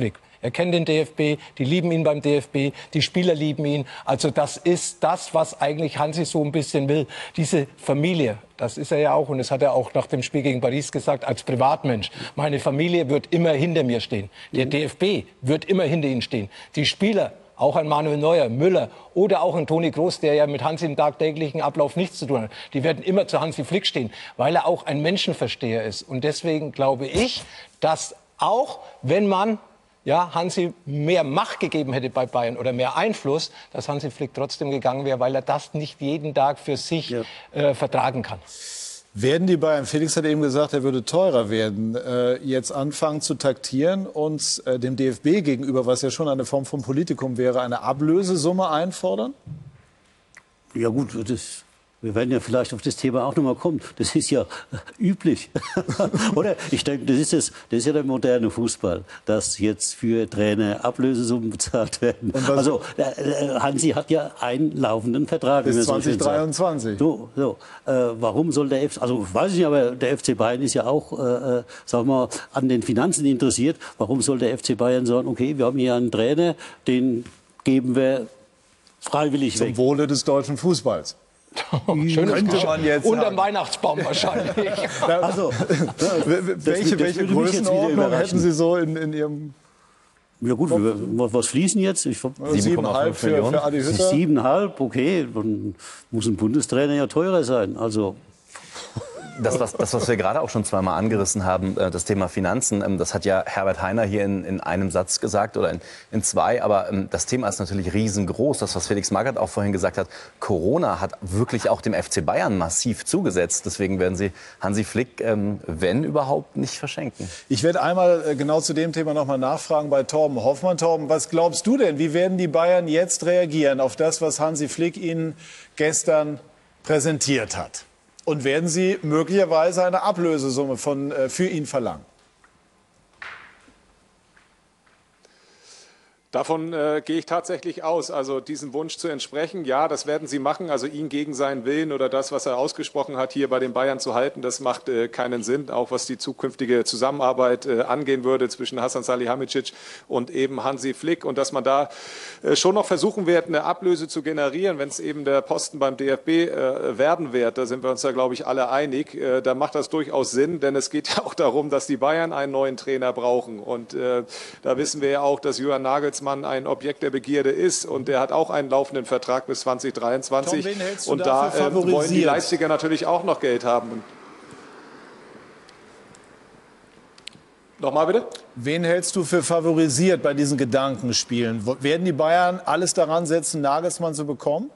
Er kennt den DFB, die lieben ihn beim DFB, die Spieler lieben ihn. Also das ist das, was eigentlich Hansi so ein bisschen will. Diese Familie, das ist er ja auch und das hat er auch nach dem Spiel gegen Paris gesagt, als Privatmensch. Meine Familie wird immer hinter mir stehen. Der DFB wird immer hinter ihnen stehen. Die Spieler, auch ein Manuel Neuer, Müller oder auch ein Toni Kroos, der ja mit Hansi im tagtäglichen Ablauf nichts zu tun hat. Die werden immer zu Hansi Flick stehen, weil er auch ein Menschenversteher ist. Und deswegen glaube ich, dass auch wenn man Hansi mehr Macht gegeben hätte bei Bayern oder mehr Einfluss, dass Hansi Flick trotzdem gegangen wäre, weil er das nicht jeden Tag für sich vertragen kann. Werden die Bayern, Felix hat eben gesagt, er würde teurer werden, jetzt anfangen zu taktieren und dem DFB gegenüber, was ja schon eine Form von Politikum wäre, eine Ablösesumme einfordern? Ja gut, wir werden ja vielleicht auf das Thema auch noch mal kommen. Das ist ja üblich. Oder? Ich denke, das ist ja der moderne Fußball, dass jetzt für Trainer Ablösesummen bezahlt werden. Also Hansi hat ja einen laufenden Vertrag. Bis 2023. Warum soll der FC, also weiß ich nicht, aber der FC Bayern ist ja auch, sagen wir mal, an den Finanzen interessiert. Warum soll der FC Bayern sagen, okay, wir haben hier einen Trainer, den geben wir freiwillig weg. Zum Wohle des deutschen Fußballs. Könnte man jetzt unterm Weihnachtsbaum wahrscheinlich. Also, welche Größenordnung hätten Sie so in Ihrem... Ja gut, was fließen jetzt? 7,5 für Adi Hütter. 7,5, okay, dann muss ein Bundestrainer ja teurer sein. Also... Das, was wir gerade auch schon zweimal angerissen haben, das Thema Finanzen, das hat ja Herbert Hainer hier in einem Satz gesagt oder in zwei. Aber das Thema ist natürlich riesengroß. Das, was Felix Magath auch vorhin gesagt hat, Corona hat wirklich auch dem FC Bayern massiv zugesetzt. Deswegen werden sie Hansi Flick, wenn überhaupt, nicht verschenken. Ich werde einmal genau zu dem Thema noch mal nachfragen bei Torben Hoffmann. Torben, was glaubst du denn? Wie werden die Bayern jetzt reagieren auf das, was Hansi Flick ihnen gestern präsentiert hat? Und werden Sie möglicherweise eine Ablösesumme für ihn verlangen? Davon gehe ich tatsächlich aus, also diesem Wunsch zu entsprechen. Ja, das werden sie machen, also ihn gegen seinen Willen oder das, was er ausgesprochen hat, hier bei den Bayern zu halten, das macht keinen Sinn, auch was die zukünftige Zusammenarbeit angehen würde zwischen Hasan Salihamidzic und eben Hansi Flick. Und dass man da schon noch versuchen wird, eine Ablöse zu generieren, wenn es eben der Posten beim DFB werden wird, da sind wir uns ja, glaube ich, alle einig, da macht das durchaus Sinn, denn es geht ja auch darum, dass die Bayern einen neuen Trainer brauchen. Und da wissen wir ja auch, dass Julian Nagelsmann ein Objekt der Begierde ist und der hat auch einen laufenden Vertrag bis 2023. Tom, und da wollen die Leipziger natürlich auch noch Geld haben. Nochmal bitte? Wen hältst du für favorisiert bei diesen Gedankenspielen? Werden die Bayern alles daran setzen, Nagelsmann zu bekommen?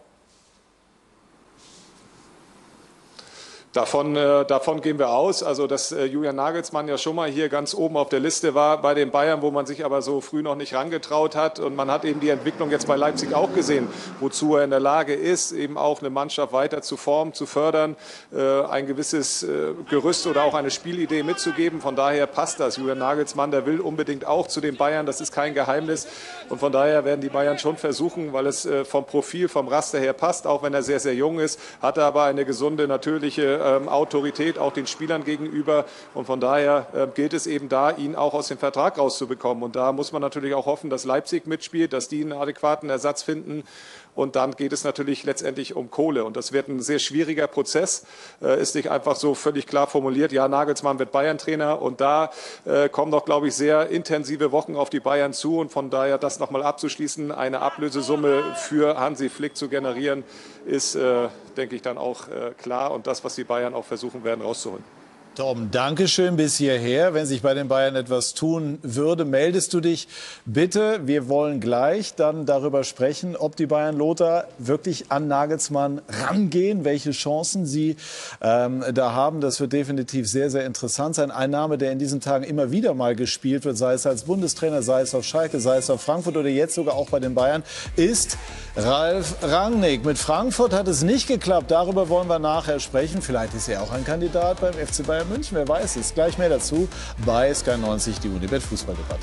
Davon gehen wir aus, also dass Julian Nagelsmann ja schon mal hier ganz oben auf der Liste war bei den Bayern, wo man sich aber so früh noch nicht rangetraut hat. Und man hat eben die Entwicklung jetzt bei Leipzig auch gesehen, wozu er in der Lage ist, eben auch eine Mannschaft weiter zu formen, zu fördern, ein gewisses Gerüst oder auch eine Spielidee mitzugeben. Von daher passt das. Julian Nagelsmann, der will unbedingt auch zu den Bayern, das ist kein Geheimnis. Und von daher werden die Bayern schon versuchen, weil es vom Profil, vom Raster her passt, auch wenn er sehr, sehr jung ist, hat er aber eine gesunde, natürliche Autorität auch den Spielern gegenüber. Und von daher gilt es eben da, ihn auch aus dem Vertrag rauszubekommen. Und da muss man natürlich auch hoffen, dass Leipzig mitspielt, dass die einen adäquaten Ersatz finden. Und dann geht es natürlich letztendlich um Kohle. Und das wird ein sehr schwieriger Prozess. Ist nicht einfach so völlig klar formuliert. Ja, Nagelsmann wird Bayern-Trainer. Und da kommen doch, glaube ich, sehr intensive Wochen auf die Bayern zu. Und von daher das nochmal abzuschließen, eine Ablösesumme für Hansi Flick zu generieren, ist, denke ich, dann auch klar. Und das, was die Bayern auch versuchen werden, rauszuholen. Torben, danke schön bis hierher. Wenn sich bei den Bayern etwas tun würde, meldest du dich bitte. Wir wollen gleich dann darüber sprechen, ob die Bayern Lothar wirklich an Nagelsmann rangehen, welche Chancen sie da haben. Das wird definitiv sehr, sehr interessant sein. Ein Name, der in diesen Tagen immer wieder mal gespielt wird, sei es als Bundestrainer, sei es auf Schalke, sei es auf Frankfurt oder jetzt sogar auch bei den Bayern, ist Ralf Rangnick. Mit Frankfurt hat es nicht geklappt. Darüber wollen wir nachher sprechen. Vielleicht ist er auch ein Kandidat beim FC Bayern München, wer weiß es. Gleich mehr dazu bei Sky 90, die Unibet Fußballdebatte.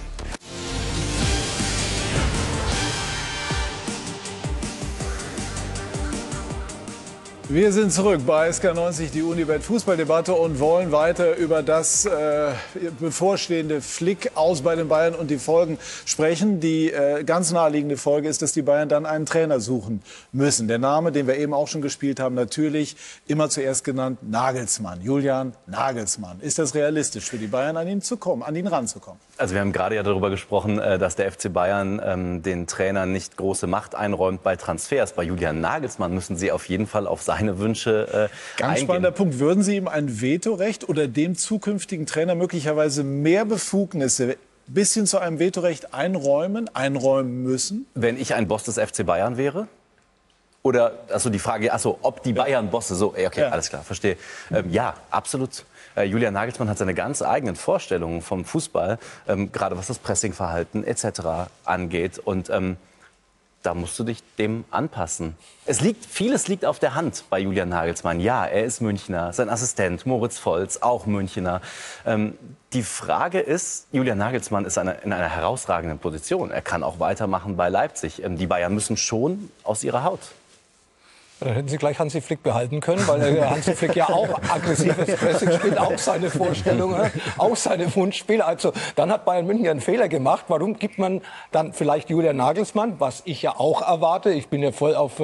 Wir sind zurück bei SK90, die Unibet Fußballdebatte, und wollen weiter über das bevorstehende Flick aus bei den Bayern und die Folgen sprechen. Die ganz naheliegende Folge ist, dass die Bayern dann einen Trainer suchen müssen. Der Name, den wir eben auch schon gespielt haben, natürlich immer zuerst genannt, Nagelsmann, Julian Nagelsmann. Ist das realistisch für die Bayern, an ihn ranzukommen? Also wir haben gerade ja darüber gesprochen, dass der FC Bayern den Trainern nicht große Macht einräumt bei Transfers. Bei Julian Nagelsmann müssen sie auf jeden Fall auf seine Wünsche Ganz spannender Punkt. Würden Sie ihm ein Vetorecht oder dem zukünftigen Trainer möglicherweise mehr Befugnisse bis hin zu einem Vetorecht einräumen müssen? Wenn ich ein Boss des FC Bayern wäre? Oder, also die Frage, ob die Bayern-Bosse so, okay, ja. Alles klar, verstehe. Ja, absolut. Julian Nagelsmann hat seine ganz eigenen Vorstellungen vom Fußball, gerade was das Pressingverhalten etc. angeht. Und da musst du dich dem anpassen. Vieles liegt auf der Hand bei Julian Nagelsmann. Ja, er ist Münchner, sein Assistent Moritz Volz, auch Münchner. Die Frage ist, Julian Nagelsmann ist in einer herausragenden Position. Er kann auch weitermachen bei Leipzig. Die Bayern müssen schon aus ihrer Haut. Dann hätten Sie gleich Hansi Flick behalten können, weil Hansi Flick ja auch aggressives Pressing spielt, auch seine Vorstellungen, auch seine Wunschspiele. Also dann hat Bayern München einen Fehler gemacht. Warum gibt man dann vielleicht Julian Nagelsmann, was ich ja auch erwarte? Ich bin ja voll auf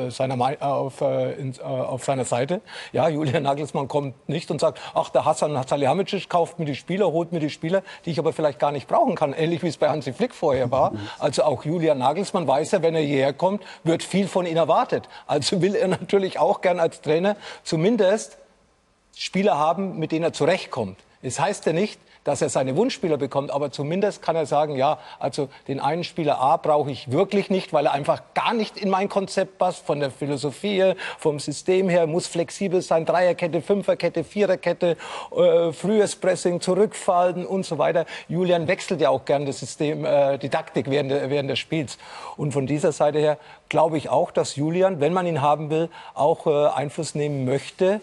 seiner Seite. Ja, Julian Nagelsmann kommt nicht und sagt, ach, der Hasan Salihamidzic kauft mir die Spieler, holt mir die Spieler, die ich aber vielleicht gar nicht brauchen kann. Ähnlich wie es bei Hansi Flick vorher war. Also auch Julian Nagelsmann weiß ja, wenn er hierher kommt, wird viel von ihm erwartet. Also will er natürlich auch gern als Trainer zumindest Spieler haben, mit denen er zurechtkommt. Es heißt ja nicht, dass er seine Wunschspieler bekommt, aber zumindest kann er sagen, ja, also den einen Spieler A brauche ich wirklich nicht, weil er einfach gar nicht in mein Konzept passt, von der Philosophie her, vom System her, muss flexibel sein, Dreierkette, Fünferkette, Viererkette, frühes Pressing, zurückfallen und so weiter. Julian wechselt ja auch gern das System, die Taktik während des Spiels. Und von dieser Seite her glaube ich auch, dass Julian, wenn man ihn haben will, auch Einfluss nehmen möchte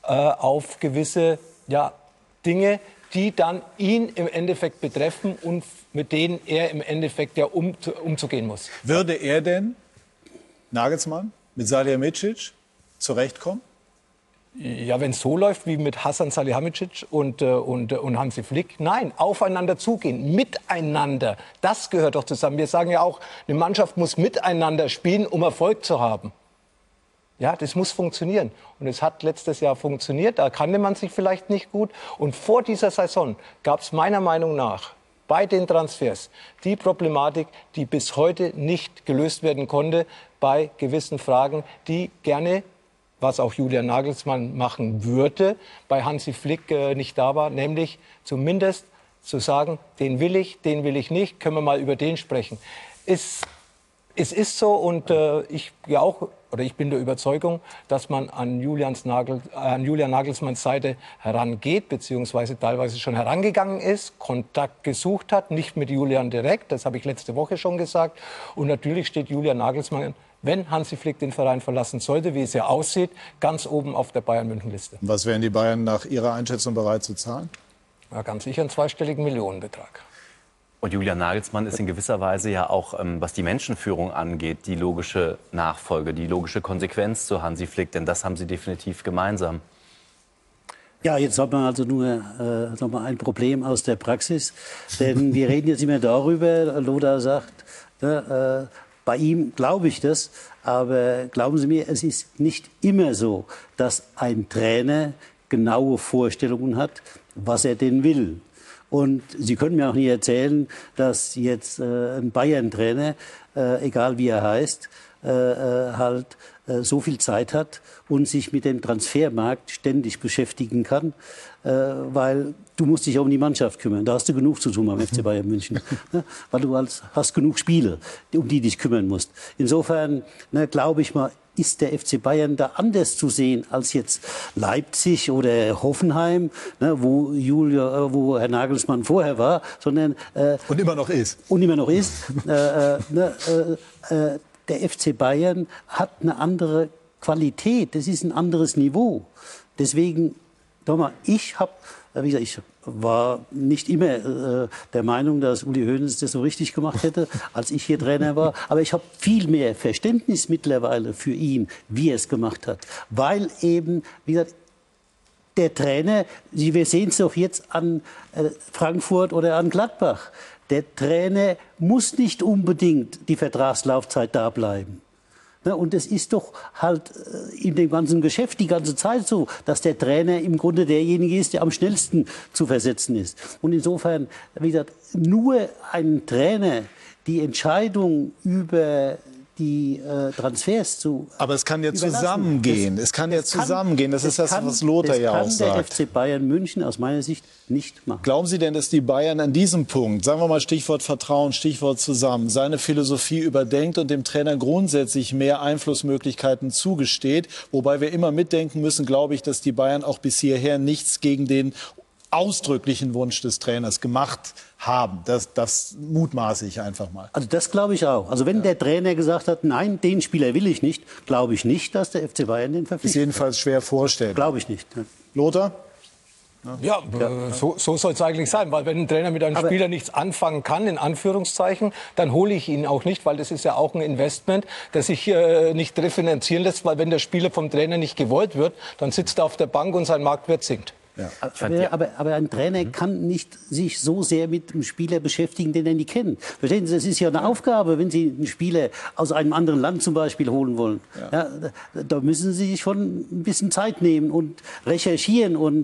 auf gewisse Dinge, die dann ihn im Endeffekt betreffen und mit denen er im Endeffekt ja umzugehen muss. Würde er denn, Nagelsmann, mit Salihamidzic zurechtkommen? Ja, wenn es so läuft wie mit Hasan Salihamidzic und Hansi Flick, nein, aufeinander zugehen, miteinander, das gehört doch zusammen. Wir sagen ja auch, eine Mannschaft muss miteinander spielen, um Erfolg zu haben. Ja, das muss funktionieren. Und es hat letztes Jahr funktioniert. Da kannte man sich vielleicht nicht gut. Und vor dieser Saison gab es meiner Meinung nach bei den Transfers die Problematik, die bis heute nicht gelöst werden konnte bei gewissen Fragen, die gerne, was auch Julian Nagelsmann machen würde, bei Hansi Flick nicht da war. Nämlich zumindest zu sagen, den will ich nicht, können wir mal über den sprechen. Es ist so und ich bin der Überzeugung, dass man an Julian Nagelsmanns Seite herangeht, beziehungsweise teilweise schon herangegangen ist, Kontakt gesucht hat, nicht mit Julian direkt, das habe ich letzte Woche schon gesagt. Und natürlich steht Julian Nagelsmann, wenn Hansi Flick den Verein verlassen sollte, wie es ja aussieht, ganz oben auf der Bayern-München-Liste. Was wären die Bayern nach Ihrer Einschätzung bereit zu zahlen? Ja, ganz sicher einen zweistelligen Millionenbetrag. Und Julian Nagelsmann ist in gewisser Weise ja auch, was die Menschenführung angeht, die logische Nachfolge, die logische Konsequenz zu Hansi Flick. Denn das haben sie definitiv gemeinsam. Ja, jetzt hat man also nur noch mal ein Problem aus der Praxis. Denn wir reden jetzt immer darüber, Lothar sagt, bei ihm glaube ich das. Aber glauben Sie mir, es ist nicht immer so, dass ein Trainer genaue Vorstellungen hat, was er denn will. Und Sie können mir auch nie erzählen, dass jetzt ein Bayern-Trainer, egal wie er heißt, so viel Zeit hat und sich mit dem Transfermarkt ständig beschäftigen kann, weil du musst dich um die Mannschaft kümmern. Da hast du genug zu tun beim FC Bayern München, ne? Weil du hast genug Spiele, um die dich kümmern musst. Insofern glaube ich mal, ist der FC Bayern da anders zu sehen als jetzt Leipzig oder Hoffenheim, ne, wo Herr Nagelsmann vorher war, sondern und immer noch ist. Der FC Bayern hat eine andere Qualität, das ist ein anderes Niveau. Deswegen, nochmal, ich habe war nicht immer der Meinung, dass Uli Hoeneß das so richtig gemacht hätte, als ich hier Trainer war. Aber ich habe viel mehr Verständnis mittlerweile für ihn, wie er es gemacht hat. Weil eben, wie gesagt, der Trainer, wir sehen es doch jetzt an Frankfurt oder an Gladbach, der Trainer muss nicht unbedingt die Vertragslaufzeit da bleiben. Und es ist doch halt in dem ganzen Geschäft die ganze Zeit so, dass der Trainer im Grunde derjenige ist, der am schnellsten zu versetzen ist. Und insofern, wie gesagt, nur ein Trainer die Entscheidung über die Transfers zu Aber es kann ja überlassen. zusammengehen. Es kann ja zusammengehen. Das ist das, was Lothar ja auch sagt. Das kann der FC Bayern München aus meiner Sicht nicht machen. Glauben Sie denn, dass die Bayern an diesem Punkt, sagen wir mal Stichwort Vertrauen, Stichwort zusammen, seine Philosophie überdenkt und dem Trainer grundsätzlich mehr Einflussmöglichkeiten zugesteht? Wobei wir immer mitdenken müssen, glaube ich, dass die Bayern auch bis hierher nichts gegen den ausdrücklichen Wunsch des Trainers gemacht haben. Das mutmaße ich einfach mal. Also das glaube ich auch. Also wenn der Trainer gesagt hat, nein, den Spieler will ich nicht, glaube ich nicht, dass der FC Bayern den verpflichtet. Ist jedenfalls schwer vorstellbar. Glaube ich nicht. Lothar? Ja, so soll es eigentlich sein, weil wenn ein Trainer mit einem Spieler nichts anfangen kann, in Anführungszeichen, dann hole ich ihn auch nicht, weil das ist ja auch ein Investment, das sich nicht refinanzieren lässt, weil wenn der Spieler vom Trainer nicht gewollt wird, dann sitzt er auf der Bank und sein Marktwert sinkt. Ja. Aber ein Trainer kann nicht sich so sehr mit einem Spieler beschäftigen, den er nicht kennt. Verstehen Sie, das ist ja eine Aufgabe, wenn Sie einen Spieler aus einem anderen Land zum Beispiel holen wollen. Ja. Ja, da müssen Sie sich schon ein bisschen Zeit nehmen und recherchieren und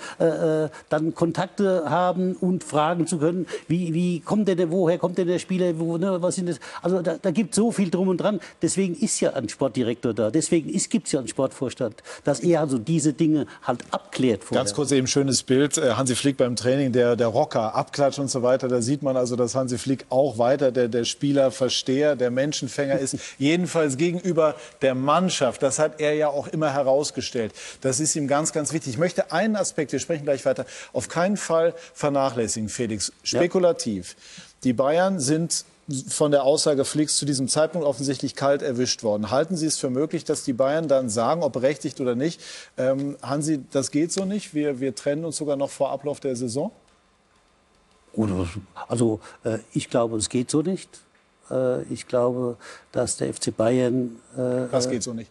dann Kontakte haben und fragen zu können, wie kommt der, woher kommt denn der Spieler, was sind das? Also da gibt es so viel drum und dran. Deswegen ist ja ein Sportdirektor da. Deswegen gibt es ja einen Sportvorstand, dass er also diese Dinge halt abklärt vorher. Ganz kurz eben schönes Bild, Hansi Flick beim Training, der Rocker, Abklatsch und so weiter. Da sieht man also, dass Hansi Flick auch weiter der Spielerversteher, der Menschenfänger ist. Jedenfalls gegenüber der Mannschaft. Das hat er ja auch immer herausgestellt. Das ist ihm ganz, ganz wichtig. Ich möchte einen Aspekt, wir sprechen gleich weiter, auf keinen Fall vernachlässigen, Felix. Spekulativ. Ja. Die Bayern sind von der Aussage Flicks zu diesem Zeitpunkt offensichtlich kalt erwischt worden. Halten Sie es für möglich, dass die Bayern dann sagen, ob berechtigt oder nicht, Hansi, das geht so nicht, wir trennen uns sogar noch vor Ablauf der Saison? Also ich glaube, es geht so nicht. Ich glaube, dass der FC Bayern... Was geht so nicht?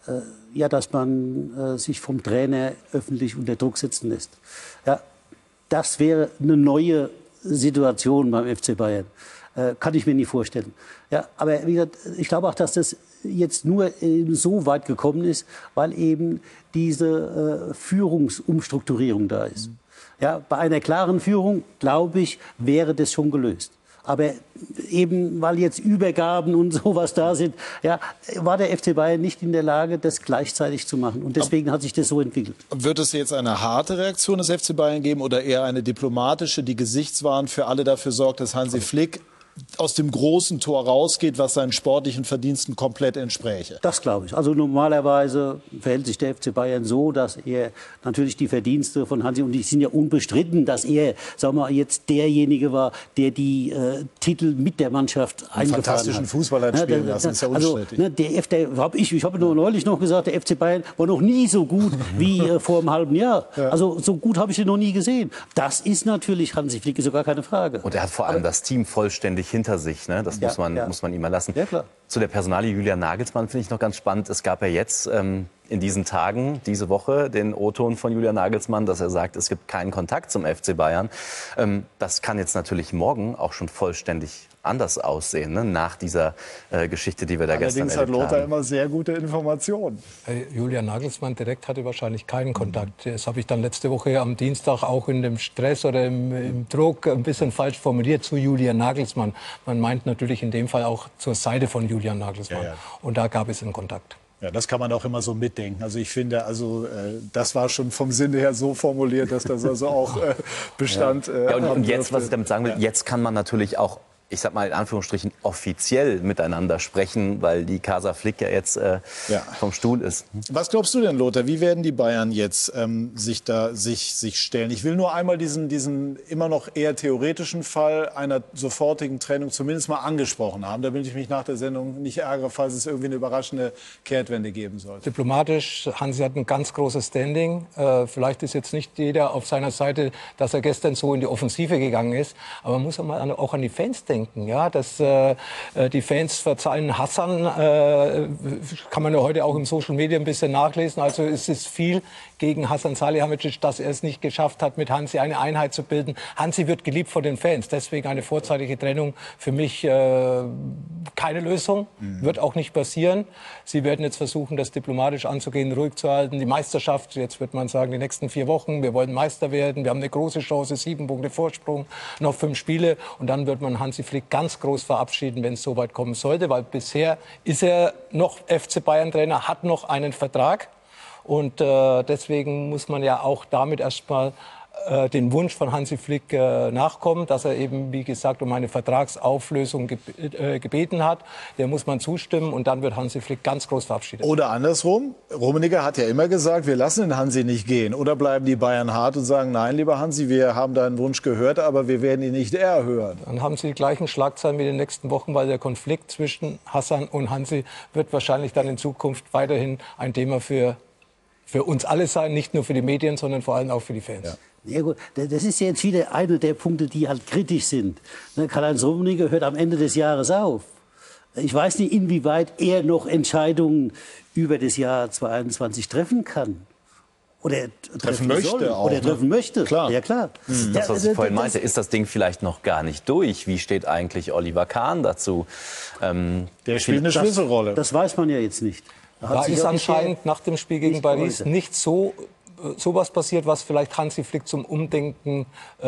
Ja, dass man sich vom Trainer öffentlich unter Druck setzen lässt. Ja, das wäre eine neue Situation beim FC Bayern. Kann ich mir nicht vorstellen. Ja, aber wie gesagt, ich glaube auch, dass das jetzt nur so weit gekommen ist, weil eben diese Führungsumstrukturierung da ist. Ja, bei einer klaren Führung, glaube ich, wäre das schon gelöst. Aber eben, weil jetzt Übergaben und sowas da sind, ja, war der FC Bayern nicht in der Lage, das gleichzeitig zu machen. Und deswegen hat sich das so entwickelt. Wird es jetzt eine harte Reaktion des FC Bayern geben oder eher eine diplomatische, die gesichtswahrend für alle dafür sorgt, dass Hansi Flick aus dem großen Tor rausgeht, was seinen sportlichen Verdiensten komplett entspräche? Das glaube ich. Also normalerweise verhält sich der FC Bayern so, dass er natürlich die Verdienste von Hansi, und die sind ja unbestritten, dass er, sagen wir mal, jetzt derjenige war, der die Titel mit der Mannschaft eingefahren hat. Fantastischen Fußball hat spielen lassen, ist ja unstrittig. Also, ich habe nur neulich noch gesagt, der FC Bayern war noch nie so gut wie vor einem halben Jahr. Ja. Also so gut habe ich ihn noch nie gesehen. Das ist natürlich Hansi Flick, ist sogar keine Frage. Und er hat vor allem das Team vollständig hinter sich. Ne? Das muss man ihm erlassen. Ja, klar. Zu der Personalie Julian Nagelsmann finde ich noch ganz spannend. Es gab ja jetzt in diesen Tagen, diese Woche, den O-Ton von Julian Nagelsmann, dass er sagt, es gibt keinen Kontakt zum FC Bayern. Das kann jetzt natürlich morgen auch schon vollständig anders aussehen, ne? Nach dieser Geschichte, die wir da gestern erlebt haben. Allerdings hat Lothar immer sehr gute Informationen. Julian Nagelsmann direkt hatte wahrscheinlich keinen Kontakt. Das habe ich dann letzte Woche am Dienstag auch in dem Stress oder im Druck ein bisschen falsch formuliert zu Julian Nagelsmann. Man meint natürlich in dem Fall auch zur Seite von Julian Nagelsmann. Ja, ja. Und da gab es einen Kontakt. Ja, das kann man auch immer so mitdenken. Also ich finde, das war schon vom Sinne her so formuliert, dass das also auch Bestand und jetzt, was ich damit sagen will, jetzt kann man natürlich auch ich sag mal in Anführungsstrichen, offiziell miteinander sprechen, weil die Casa Flick ja jetzt vom Stuhl ist. Was glaubst du denn, Lothar? Wie werden die Bayern jetzt sich stellen? Ich will nur einmal diesen immer noch eher theoretischen Fall einer sofortigen Trennung zumindest mal angesprochen haben. Da will ich mich nach der Sendung nicht ärgere, falls es irgendwie eine überraschende Kehrtwende geben sollte. Diplomatisch, Hansi hat ein ganz großes Standing. Vielleicht ist jetzt nicht jeder auf seiner Seite, dass er gestern so in die Offensive gegangen ist. Aber man muss auch an die Fans denken. Ja, dass die Fans verzeihen Hassan, kann man ja heute auch im Social Media ein bisschen nachlesen. Also es ist viel gegen Hasan Salihamidzic, dass er es nicht geschafft hat, mit Hansi eine Einheit zu bilden. Hansi wird geliebt von den Fans. Deswegen eine vorzeitige Trennung für mich keine Lösung. Wird auch nicht passieren. Sie werden jetzt versuchen, das diplomatisch anzugehen, ruhig zu halten. Die Meisterschaft, jetzt wird man sagen, die nächsten 4 Wochen. Wir wollen Meister werden. Wir haben eine große Chance, 7 Punkte Vorsprung, noch 5 Spiele. Und dann wird man Hansi Flick ganz groß verabschieden, wenn es so weit kommen sollte. Weil bisher ist er noch FC Bayern-Trainer, hat noch einen Vertrag. Und deswegen muss man ja auch damit erstmal den Wunsch von Hansi Flick nachkommen, dass er eben, wie gesagt, um eine Vertragsauflösung gebeten hat. Der muss man zustimmen und dann wird Hansi Flick ganz groß verabschiedet. Oder andersrum, Rummenigge hat ja immer gesagt, wir lassen den Hansi nicht gehen. Oder bleiben die Bayern hart und sagen, nein, lieber Hansi, wir haben deinen Wunsch gehört, aber wir werden ihn nicht erhören. Dann haben sie die gleichen Schlagzeilen wie in den nächsten Wochen, weil der Konflikt zwischen Hassan und Hansi wird wahrscheinlich dann in Zukunft weiterhin ein Thema für uns alle sein, nicht nur für die Medien, sondern vor allem auch für die Fans. Ja. Ja gut, das ist jetzt wieder einer der Punkte, die halt kritisch sind. Karl-Heinz Rummenigge hört am Ende des Jahres auf. Ich weiß nicht, inwieweit er noch Entscheidungen über das Jahr 2021 treffen kann. Oder treffen möchte auch. Oder treffen möchte. Klar. Ja, klar. Das, was ich vorhin meinte, ist das Ding vielleicht noch gar nicht durch? Wie steht eigentlich Oliver Kahn dazu? Der spielt eine Schlüsselrolle. Das weiß man ja jetzt nicht. Da ist anscheinend nach dem Spiel gegen Paris nicht sowas passiert, was vielleicht Hansi Flick zum Umdenken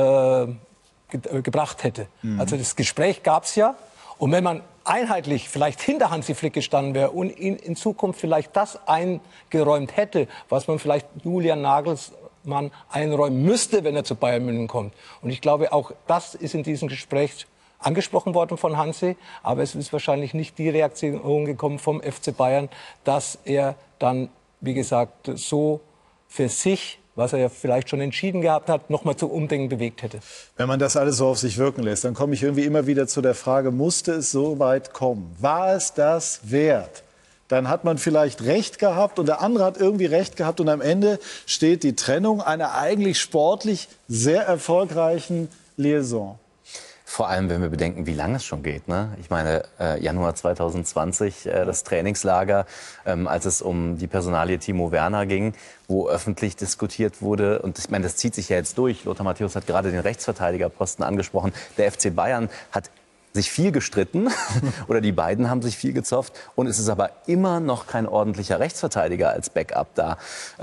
gebracht hätte. Also das Gespräch gab es ja. Und wenn man einheitlich vielleicht hinter Hansi Flick gestanden wäre und ihn in Zukunft vielleicht das eingeräumt hätte, was man vielleicht Julian Nagelsmann einräumen müsste, wenn er zu Bayern München kommt. Und ich glaube, auch das ist in diesem Gespräch angesprochen worden von Hansi, aber es ist wahrscheinlich nicht die Reaktion gekommen vom FC Bayern, dass er dann, wie gesagt, so für sich, was er ja vielleicht schon entschieden gehabt hat, noch mal zum Umdenken bewegt hätte. Wenn man das alles so auf sich wirken lässt, dann komme ich irgendwie immer wieder zu der Frage, musste es so weit kommen? War es das wert? Dann hat man vielleicht recht gehabt und der andere hat irgendwie recht gehabt und am Ende steht die Trennung einer eigentlich sportlich sehr erfolgreichen Liaison. Vor allem, wenn wir bedenken, wie lange es schon geht. Ne? Ich meine, Januar 2020, das Trainingslager, als es um die Personalie Timo Werner ging, wo öffentlich diskutiert wurde. Und ich meine, das zieht sich ja jetzt durch. Lothar Matthäus hat gerade den Rechtsverteidigerposten angesprochen. Der FC Bayern hat sich viel gestritten oder die beiden haben sich viel gezofft. Und es ist aber immer noch kein ordentlicher Rechtsverteidiger als Backup da.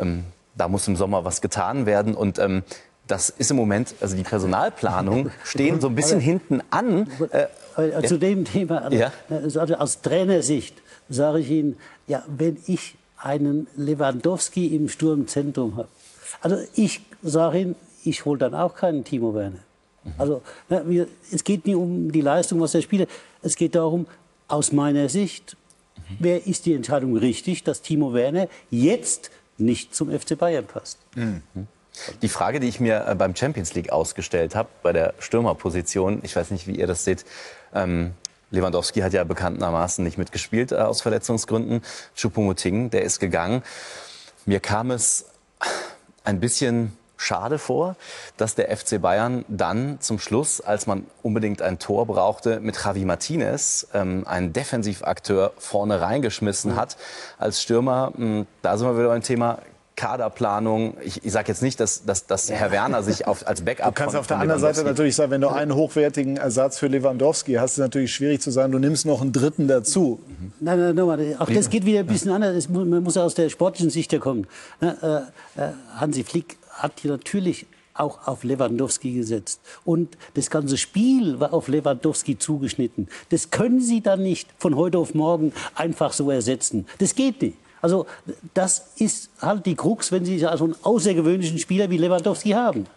Da muss im Sommer was getan werden und das ist im Moment, also die Personalplanung stehen so ein bisschen hinten an. Zu dem Thema, also aus Trainersicht sage ich Ihnen, ja, wenn ich einen Lewandowski im Sturmzentrum habe, also ich sage Ihnen, ich hole dann auch keinen Timo Werner. Also es geht nicht um die Leistung, was der Spieler, es geht darum, aus meiner Sicht, wer ist die Entscheidung richtig, dass Timo Werner jetzt nicht zum FC Bayern passt. Die Frage, die ich mir beim Champions League ausgestellt habe, bei der Stürmerposition, ich weiß nicht, wie ihr das seht, Lewandowski hat ja bekanntermaßen nicht mitgespielt aus Verletzungsgründen. Choupo-Moting, der ist gegangen. Mir kam es ein bisschen schade vor, dass der FC Bayern dann zum Schluss, als man unbedingt ein Tor brauchte, mit Javi Martinez einen Defensivakteur vorne reingeschmissen hat als Stürmer. Da sind wir wieder beim Thema Kaderplanung. Ich sage jetzt nicht, dass Herr Werner sich als Backup... Du kannst auf der anderen Seite natürlich sagen, wenn du einen hochwertigen Ersatz für Lewandowski hast, ist es natürlich schwierig zu sagen, du nimmst noch einen dritten dazu. Nein, auch das geht wieder ein bisschen anders. Man muss aus der sportlichen Sicht ja kommen. Hansi Flick hat hier natürlich auch auf Lewandowski gesetzt. Und das ganze Spiel war auf Lewandowski zugeschnitten. Das können Sie dann nicht von heute auf morgen einfach so ersetzen. Das geht nicht. Also das ist halt die Krux, wenn Sie also einen außergewöhnlichen Spieler wie Lewandowski haben.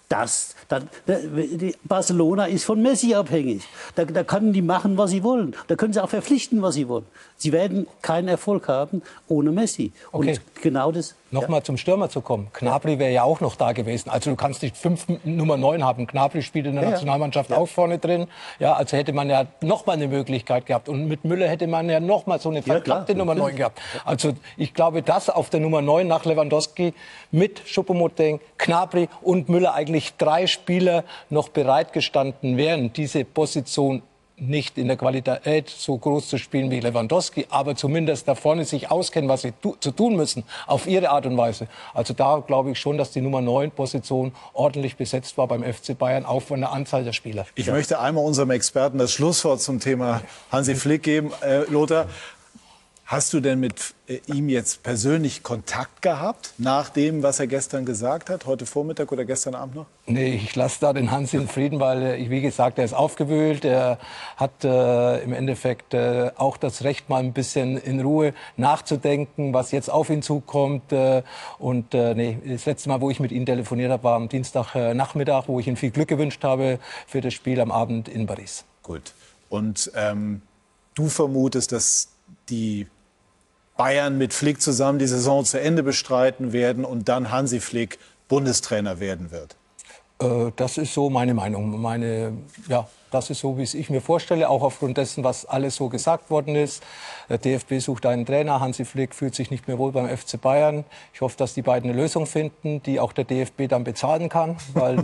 Barcelona ist von Messi abhängig. Da können die machen, was sie wollen. Da können sie auch verpflichten, was sie wollen. Sie werden keinen Erfolg haben ohne Messi. Okay. Und genau das. Nochmal zum Stürmer zu kommen. Gnabry wäre ja auch noch da gewesen. Also du kannst nicht 5 Nummer 9 haben. Gnabry spielt in der Nationalmannschaft auch vorne drin. Ja, also hätte man ja noch mal eine Möglichkeit gehabt. Und mit Müller hätte man ja noch mal so eine verkappte Nummer 9 gehabt. Also ich glaube, dass auf der Nummer 9 nach Lewandowski mit Choupo-Moting, Gnabry und Müller eigentlich 3 Spieler noch bereitgestanden wären, diese Position nicht in der Qualität so groß zu spielen wie Lewandowski, aber zumindest da vorne sich auskennen, was sie zu tun müssen, auf ihre Art und Weise. Also da glaube ich schon, dass die Nummer 9 Position ordentlich besetzt war beim FC Bayern, auch von der Anzahl der Spieler. Ich möchte einmal unserem Experten das Schlusswort zum Thema Hansi Flick geben. Lothar, hast du denn mit ihm jetzt persönlich Kontakt gehabt, nach dem, was er gestern gesagt hat, heute Vormittag oder gestern Abend noch? Nee, ich lasse da den Hans in Frieden, weil, wie gesagt, er ist aufgewühlt. Er hat im Endeffekt auch das Recht, mal ein bisschen in Ruhe nachzudenken, was jetzt auf ihn zukommt. Nee, das letzte Mal, wo ich mit ihm telefoniert habe, war am Dienstagnachmittag, wo ich ihm viel Glück gewünscht habe für das Spiel am Abend in Paris. Gut. Und du vermutest, dass die Bayern mit Flick zusammen die Saison zu Ende bestreiten werden und dann Hansi Flick Bundestrainer werden wird? Das ist so meine Meinung. Das ist so, wie es ich mir vorstelle, auch aufgrund dessen, was alles so gesagt worden ist. Der DFB sucht einen Trainer, Hansi Flick fühlt sich nicht mehr wohl beim FC Bayern. Ich hoffe, dass die beiden eine Lösung finden, die auch der DFB dann bezahlen kann, weil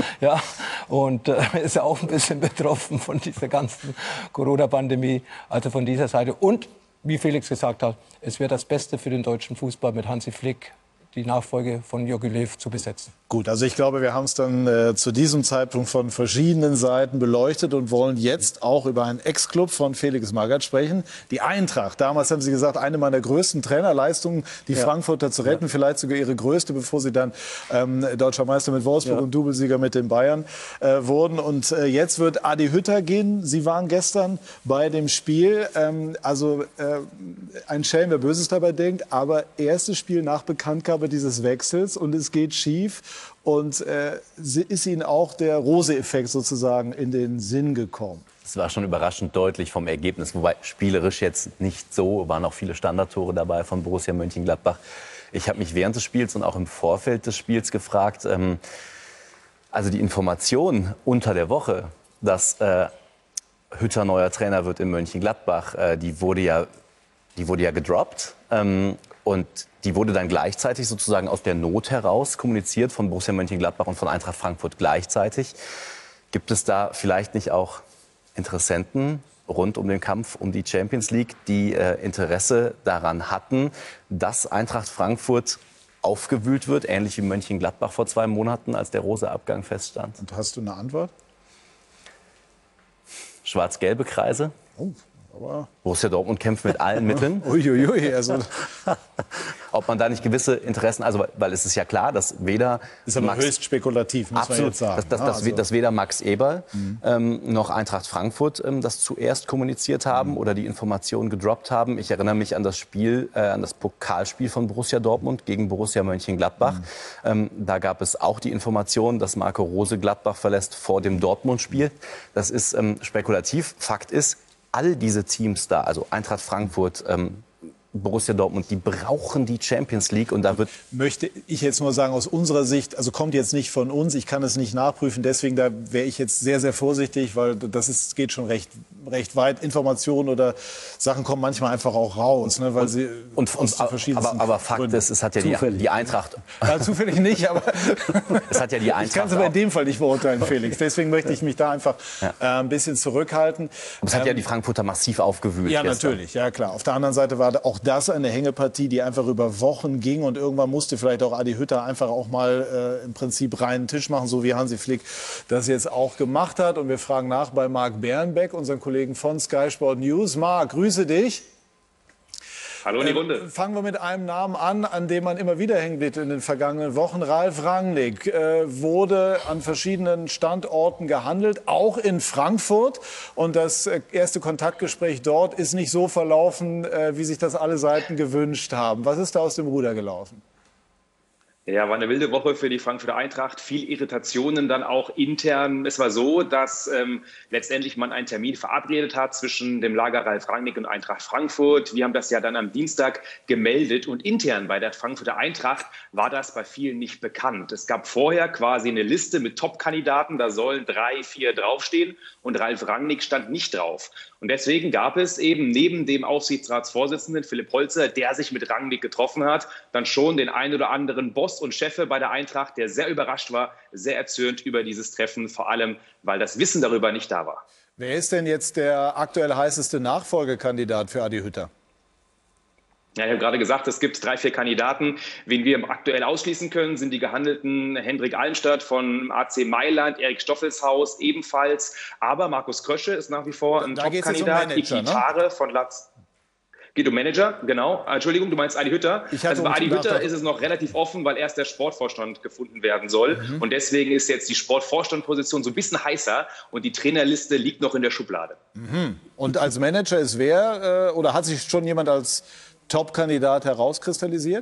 ist ja auch ein bisschen betroffen von dieser ganzen Corona-Pandemie, also von dieser Seite. Und wie Felix gesagt hat, es wäre das Beste für den deutschen Fußball mit Hansi Flick, die Nachfolge von Jogi Löw zu besetzen. Gut, also ich glaube, wir haben es dann zu diesem Zeitpunkt von verschiedenen Seiten beleuchtet und wollen jetzt auch über einen Ex-Club von Felix Magath sprechen. Die Eintracht. Damals haben Sie gesagt, eine meiner größten Trainerleistungen, die Frankfurter zu retten, vielleicht sogar ihre größte, bevor sie dann Deutscher Meister mit Wolfsburg und Doublesieger mit den Bayern wurden. Und jetzt wird Adi Hütter gehen. Sie waren gestern bei dem Spiel. Ein Schelm, wer Böses dabei denkt, aber erstes Spiel nach Bekanntgabe dieses Wechsels und es geht schief. Und ist Ihnen auch der Rose-Effekt sozusagen in den Sinn gekommen? Es war schon überraschend deutlich vom Ergebnis, wobei spielerisch jetzt nicht so, waren auch viele Standardtore dabei von Borussia Mönchengladbach. Ich habe mich während des Spiels und auch im Vorfeld des Spiels gefragt, also die Information unter der Woche, dass Hütter neuer Trainer wird in Mönchengladbach, die wurde ja gedroppt. Und die wurde dann gleichzeitig sozusagen aus der Not heraus kommuniziert von Borussia Mönchengladbach und von Eintracht Frankfurt gleichzeitig. Gibt es da vielleicht nicht auch Interessenten rund um den Kampf um die Champions League, die Interesse daran hatten, dass Eintracht Frankfurt aufgewühlt wird, ähnlich wie Mönchengladbach vor 2 Monaten, als der Rose-Abgang feststand? Und hast du eine Antwort? Schwarz-gelbe Kreise. Oh. Aber Borussia Dortmund kämpft mit allen Mitteln. Uiuiui, also ob man da nicht gewisse Interessen, also weil es ist ja klar, dass weder ist aber höchst spekulativ, muss man jetzt sagen. Dass weder Max Eberl noch Eintracht Frankfurt das zuerst kommuniziert haben oder die Informationen gedroppt haben. Ich erinnere mich an das Spiel, an das Pokalspiel von Borussia Dortmund gegen Borussia Mönchengladbach. Da gab es auch die Information, dass Marco Rose Gladbach verlässt vor dem Dortmund-Spiel. Das ist spekulativ. Fakt ist, all diese Teams da, also Eintracht Frankfurt, Borussia Dortmund, die brauchen die Champions League und da wird... Möchte ich jetzt nur sagen, aus unserer Sicht, also kommt jetzt nicht von uns, ich kann es nicht nachprüfen, deswegen da wäre ich jetzt sehr, sehr vorsichtig, weil geht schon recht weit. Informationen oder Sachen kommen manchmal einfach auch raus, ne, weil sie aber Fakt ist, es hat ja die Eintracht... Ja, zufällig nicht, aber es hat ja die Eintracht... Ich kann es aber in dem Fall nicht beurteilen, Felix, deswegen möchte ich mich da einfach ein bisschen zurückhalten. Aber es hat ja die Frankfurter massiv aufgewühlt. Ja, natürlich, ja klar. Auf der anderen Seite war auch das eine Hängepartie, die einfach über Wochen ging und irgendwann musste vielleicht auch Adi Hütter einfach auch mal im Prinzip reinen Tisch machen, so wie Hansi Flick das jetzt auch gemacht hat. Und wir fragen nach bei Marc Bärenbeck, unseren Kollegen von Sky Sport News. Marc, grüße dich. Hallo in die Runde. Fangen wir mit einem Namen an dem man immer wieder hängen blieb in den vergangenen Wochen. Ralf Rangnick wurde an verschiedenen Standorten gehandelt, auch in Frankfurt. Und das erste Kontaktgespräch dort ist nicht so verlaufen, wie sich das alle Seiten gewünscht haben. Was ist da aus dem Ruder gelaufen? Ja, war eine wilde Woche für die Frankfurter Eintracht. Viel Irritationen dann auch intern. Es war so, dass letztendlich man einen Termin verabredet hat zwischen dem Lager Ralf Rangnick und Eintracht Frankfurt. Wir haben das ja dann am Dienstag gemeldet. Und intern bei der Frankfurter Eintracht war das bei vielen nicht bekannt. Es gab vorher quasi eine Liste mit Top-Kandidaten. Da sollen 3, 4 draufstehen. Und Ralf Rangnick stand nicht drauf. Und deswegen gab es eben neben dem Aufsichtsratsvorsitzenden Philipp Holzer, der sich mit Rangnick getroffen hat, dann schon den ein oder anderen Boss und Chef bei der Eintracht, der sehr überrascht war, sehr erzürnt über dieses Treffen, vor allem, weil das Wissen darüber nicht da war. Wer ist denn jetzt der aktuell heißeste Nachfolgekandidat für Adi Hütter? Ja, ich habe gerade gesagt, es gibt 3, 4 Kandidaten. Wen wir aktuell ausschließen können, sind die gehandelten Hendrik Allenstadt von AC Mailand, Erik Stoffelshaus ebenfalls. Aber Markus Krösche ist nach wie vor ein Top-Kandidat. Iglitare von Latz. Geht um Manager, genau. Entschuldigung, du meinst Adi Hütter. Also bei Adi Hütter ist es noch relativ offen, weil erst der Sportvorstand gefunden werden soll. Und deswegen ist jetzt die Sportvorstandposition so ein bisschen heißer und die Trainerliste liegt noch in der Schublade. Und als Manager ist wer oder hat sich schon jemand als Top-Kandidat herauskristallisiert?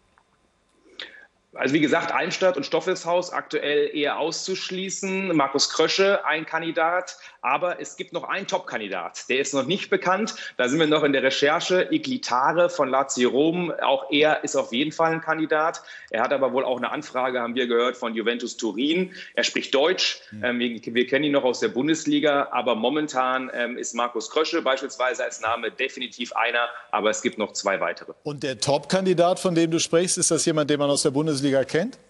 Also wie gesagt, Allenstadt und Stoffelshaus aktuell eher auszuschließen. Markus Krösche, ein Kandidat. Aber es gibt noch einen Top-Kandidat. Der ist noch nicht bekannt. Da sind wir noch in der Recherche. Iglitare von Lazio Rom. Auch er ist auf jeden Fall ein Kandidat. Er hat aber wohl auch eine Anfrage, haben wir gehört, von Juventus Turin. Er spricht Deutsch. Wir kennen ihn noch aus der Bundesliga. Aber momentan ist Markus Krösche beispielsweise als Name definitiv einer. Aber es gibt noch 2 weitere. Und der Top-Kandidat, von dem du sprichst, ist das jemand, den man aus der Bundesliga kennt?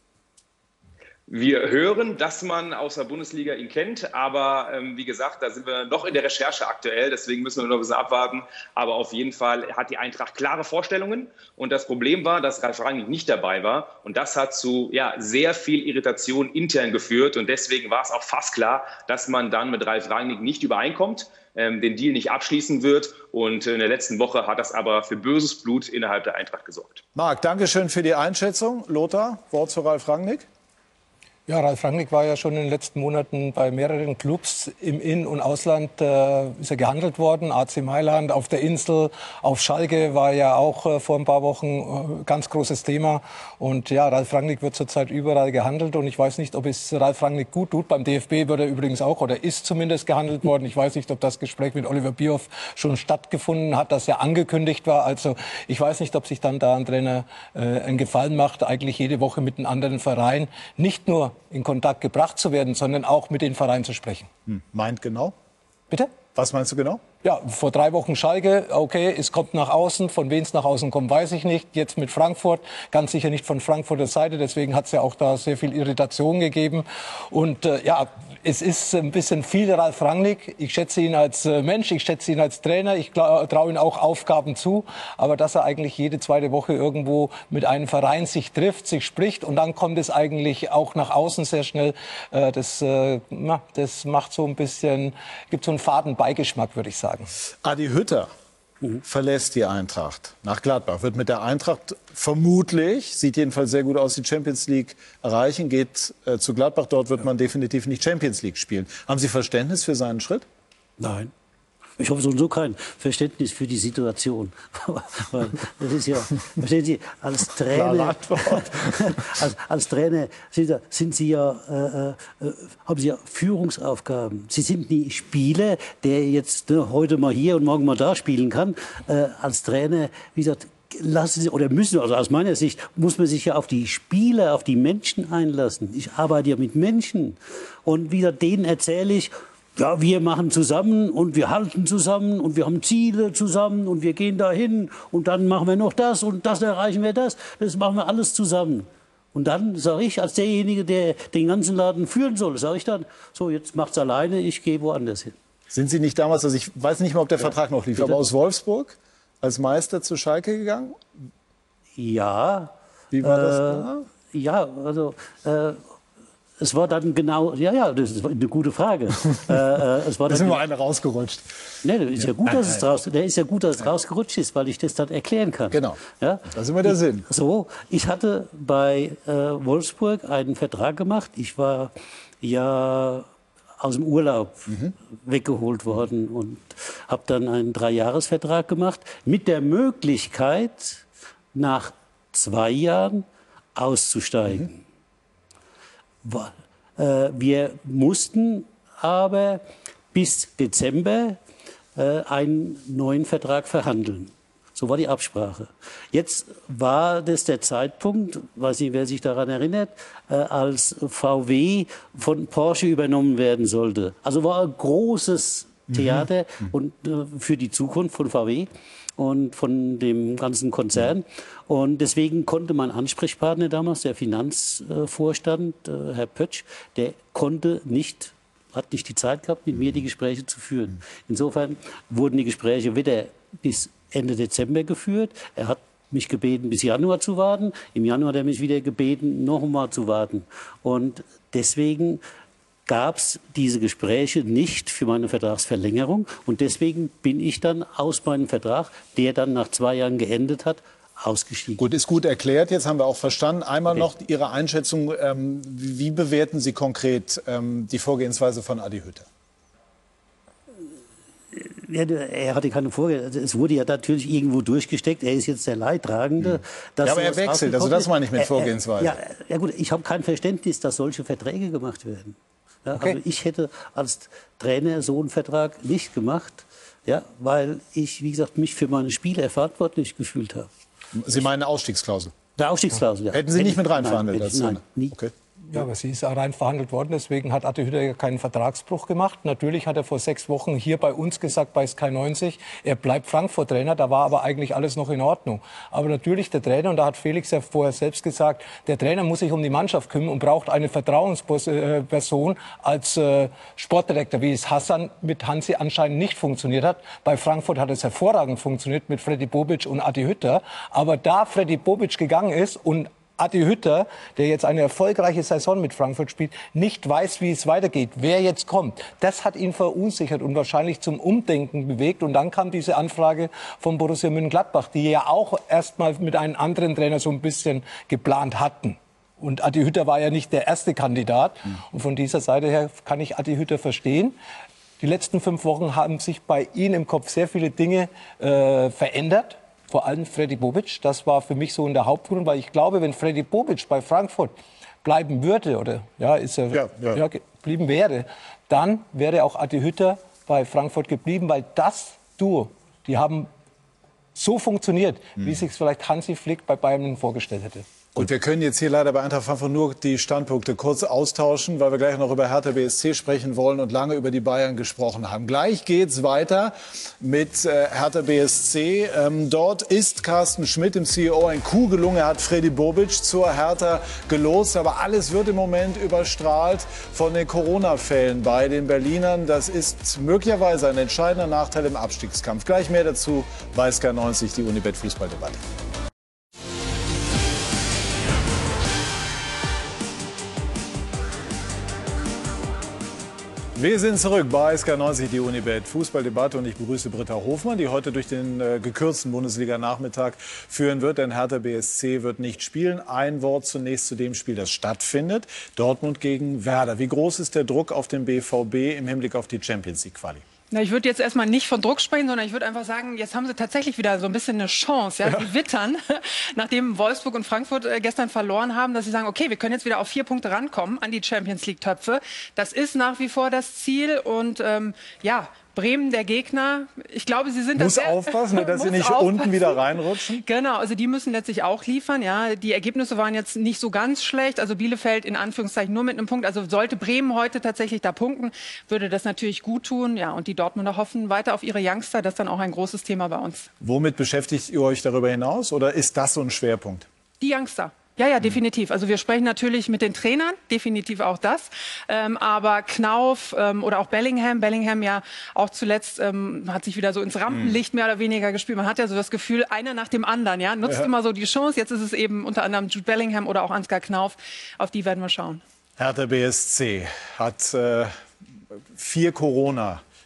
Wir hören, dass man aus der Bundesliga ihn kennt, aber wie gesagt, da sind wir noch in der Recherche aktuell, deswegen müssen wir noch ein bisschen abwarten. Aber auf jeden Fall hat die Eintracht klare Vorstellungen und das Problem war, dass Ralf Rangnick nicht dabei war und das hat zu sehr viel Irritation intern geführt und deswegen war es auch fast klar, dass man dann mit Ralf Rangnick nicht übereinkommt, den Deal nicht abschließen wird und in der letzten Woche hat das aber für böses Blut innerhalb der Eintracht gesorgt. Marc, danke schön für die Einschätzung. Lothar, Wort zu Ralf Rangnick. Ja, Ralf Rangnick war ja schon in den letzten Monaten bei mehreren Clubs im In- und Ausland ist er gehandelt worden. AC Mailand, auf der Insel, auf Schalke war ja auch vor ein paar Wochen ganz großes Thema. Und ja, Ralf Rangnick wird zurzeit überall gehandelt. Und ich weiß nicht, ob es Ralf Rangnick gut tut. Beim DFB wird er übrigens auch oder ist zumindest gehandelt worden. Ich weiß nicht, ob das Gespräch mit Oliver Bierhoff schon stattgefunden hat, das ja angekündigt war. Also ich weiß nicht, ob sich dann da ein Trainer einen Gefallen macht, eigentlich jede Woche mit einem anderen Verein nicht nur in Kontakt gebracht zu werden, sondern auch mit den Vereinen zu sprechen. Meint genau? Bitte? Was meinst du genau? Ja, vor 3 Wochen Schalke, okay, es kommt nach außen. Von wem es nach außen kommt, weiß ich nicht. Jetzt mit Frankfurt, ganz sicher nicht von Frankfurter Seite. Deswegen hat es ja auch da sehr viel Irritation gegeben. Und ja, es ist ein bisschen viel Ralf Rangnick. Ich schätze ihn als Mensch, ich schätze ihn als Trainer. Ich traue ihm auch Aufgaben zu. Aber dass er eigentlich jede 2. Woche irgendwo mit einem Verein sich trifft, sich spricht und dann kommt es eigentlich auch nach außen sehr schnell. Das macht so ein bisschen, gibt so einen faden Beigeschmack, würde ich sagen. Adi Hütter verlässt die Eintracht nach Gladbach, wird mit der Eintracht vermutlich, sieht jedenfalls sehr gut aus, die Champions League erreichen, geht zu Gladbach, dort wird man definitiv nicht Champions League spielen. Haben Sie Verständnis für seinen Schritt? Nein. Ich habe sowieso kein Verständnis für die Situation. Weil das ist ja, verstehen Sie, als Trainer, als Trainer sind Sie ja, haben Sie ja Führungsaufgaben. Sie sind nie Spieler, der jetzt heute mal hier und morgen mal da spielen kann. Als Trainer, wie gesagt, lassen Sie, oder müssen, also aus meiner Sicht, muss man sich ja auf die Spieler, auf die Menschen einlassen. Ich arbeite ja mit Menschen. Und wieder denen erzähle ich, ja, wir machen zusammen und wir halten zusammen und wir haben Ziele zusammen und wir gehen dahin und dann machen wir noch das und das erreichen wir das. Das machen wir alles zusammen. Und dann sage ich, als derjenige, der den ganzen Laden führen soll, sage ich dann, so, jetzt macht's alleine, ich gehe woanders hin. Sind Sie nicht damals, also ich weiß nicht mehr, ob der Vertrag noch lief, Bitte? aber aus Wolfsburg als Meister zu Schalke gegangen? Ja. Wie war das da? Ja, also es war dann genau, ja, das ist eine gute Frage. Es war da ist nur einer rausgerutscht. Nee, der ist ja gut, dass es rausgerutscht ist, weil ich das dann erklären kann. Genau, ja? Das ist immer der Sinn. So, ich hatte bei Wolfsburg einen Vertrag gemacht. Ich war ja aus dem Urlaub weggeholt worden und habe dann einen 3-Jahres-Vertrag gemacht mit der Möglichkeit, nach 2 Jahren auszusteigen. Wir mussten aber bis Dezember einen neuen Vertrag verhandeln. So war die Absprache. Jetzt war das der Zeitpunkt, weiß nicht, wer sich daran erinnert, als VW von Porsche übernommen werden sollte. Also war ein großes Theater und für die Zukunft von VW und von dem ganzen Konzern. Und deswegen konnte mein Ansprechpartner damals, der Finanzvorstand, Herr Pötsch, der hat nicht die Zeit gehabt, mit mir die Gespräche zu führen. Insofern wurden die Gespräche wieder bis Ende Dezember geführt. Er hat mich gebeten, bis Januar zu warten. Im Januar hat er mich wieder gebeten, noch einmal zu warten. Und deswegen gab es diese Gespräche nicht für meine Vertragsverlängerung. Und deswegen bin ich dann aus meinem Vertrag, der dann nach 2 Jahren geendet hat, ausgestiegen. Gut, ist gut erklärt. Jetzt haben wir auch verstanden. Einmal noch Ihre Einschätzung. Wie bewerten Sie konkret die Vorgehensweise von Adi Hütter? Ja, er hatte keine Vorgehensweise. Es wurde ja natürlich irgendwo durchgesteckt. Er ist jetzt der Leidtragende. Ja, aber er wechselt. Also das meine ich mit Vorgehensweise. Ja gut, ich habe kein Verständnis, dass solche Verträge gemacht werden. Ja, okay. Also ich hätte als Trainer so einen Vertrag nicht gemacht, ja, weil ich, wie gesagt, mich für meine Spieler verantwortlich gefühlt habe. Sie meinen eine Ausstiegsklausel? Der Ausstiegsklausel, ja. Hätten Sie nicht mit reinverhandelt? Nein, nie. Okay. Ja, aber sie ist rein verhandelt worden, deswegen hat Adi Hütter ja keinen Vertragsbruch gemacht. Natürlich hat er vor 6 Wochen hier bei uns gesagt, bei Sky 90, er bleibt Frankfurt-Trainer, da war aber eigentlich alles noch in Ordnung. Aber natürlich der Trainer, und da hat Felix ja vorher selbst gesagt, der Trainer muss sich um die Mannschaft kümmern und braucht eine Vertrauensperson als Sportdirektor, wie es mit Hansi anscheinend nicht funktioniert hat. Bei Frankfurt hat es hervorragend funktioniert mit Freddy Bobic und Adi Hütter. Aber da Freddy Bobic gegangen ist und Adi Hütter, der jetzt eine erfolgreiche Saison mit Frankfurt spielt, nicht weiß, wie es weitergeht, wer jetzt kommt. Das hat ihn verunsichert und wahrscheinlich zum Umdenken bewegt. Und dann kam diese Anfrage von Borussia Mönchengladbach, die ja auch erst mal mit einem anderen Trainer so ein bisschen geplant hatten. Und Adi Hütter war ja nicht der erste Kandidat. Und von dieser Seite her kann ich Adi Hütter verstehen. Die letzten 5 Wochen haben sich bei ihm im Kopf sehr viele Dinge verändert. Vor allem Freddy Bobic, das war für mich so in der Hauptgrund, weil ich glaube, wenn Freddy Bobic bei Frankfurt bleiben würde oder geblieben wäre, dann wäre auch Adi Hütter bei Frankfurt geblieben, weil das Duo, die haben so funktioniert, wie sich vielleicht Hansi Flick bei Bayern vorgestellt hätte. Gut, wir können jetzt hier leider bei Eintracht Frankfurt nur die Standpunkte kurz austauschen, weil wir gleich noch über Hertha BSC sprechen wollen und lange über die Bayern gesprochen haben. Gleich geht's weiter mit Hertha BSC. Dort ist Carsten Schmidt, dem CEO, ein Coup gelungen. Er hat Freddy Bobic zur Hertha gelost. Aber alles wird im Moment überstrahlt von den Corona-Fällen bei den Berlinern. Das ist möglicherweise ein entscheidender Nachteil im Abstiegskampf. Gleich mehr dazu bei Sky 90, die Unibet Fußballdebatte. Wir sind zurück bei Sky 90, die Unibet Fußballdebatte, und ich begrüße Britta Hofmann, die heute durch den gekürzten Bundesliga-Nachmittag führen wird, denn Hertha BSC wird nicht spielen. Ein Wort zunächst zu dem Spiel, das stattfindet, Dortmund gegen Werder. Wie groß ist der Druck auf den BVB im Hinblick auf die Champions-League-Quali? Na, ich würde jetzt erstmal nicht von Druck sprechen, sondern ich würde einfach sagen, jetzt haben sie tatsächlich wieder so ein bisschen eine Chance. Ja? Sie wittern, nachdem Wolfsburg und Frankfurt gestern verloren haben, dass sie sagen, okay, wir können jetzt wieder auf 4 Punkte rankommen an die Champions-League-Töpfe. Das ist nach wie vor das Ziel und Bremen, der Gegner, ich glaube, sie sind... Muss aufpassen, dass sie nicht unten wieder reinrutschen. Genau, also die müssen letztlich auch liefern. Ja. Die Ergebnisse waren jetzt nicht so ganz schlecht. Also Bielefeld in Anführungszeichen nur mit einem Punkt. Also sollte Bremen heute tatsächlich da punkten, würde das natürlich gut tun. Ja, und die Dortmunder hoffen weiter auf ihre Youngster. Das ist dann auch ein großes Thema bei uns. Womit beschäftigt ihr euch darüber hinaus? Oder ist das so ein Schwerpunkt? Die Youngster. Ja, definitiv. Also wir sprechen natürlich mit den Trainern, definitiv auch das. Aber Knauf oder auch Bellingham ja auch zuletzt hat sich wieder so ins Rampenlicht mehr oder weniger gespielt. Man hat ja so das Gefühl, einer nach dem anderen, ja, nutzt immer so die Chance. Jetzt ist es eben unter anderem Jude Bellingham oder auch Ansgar Knauf. Auf die werden wir schauen. Hertha BSC hat 4 Corona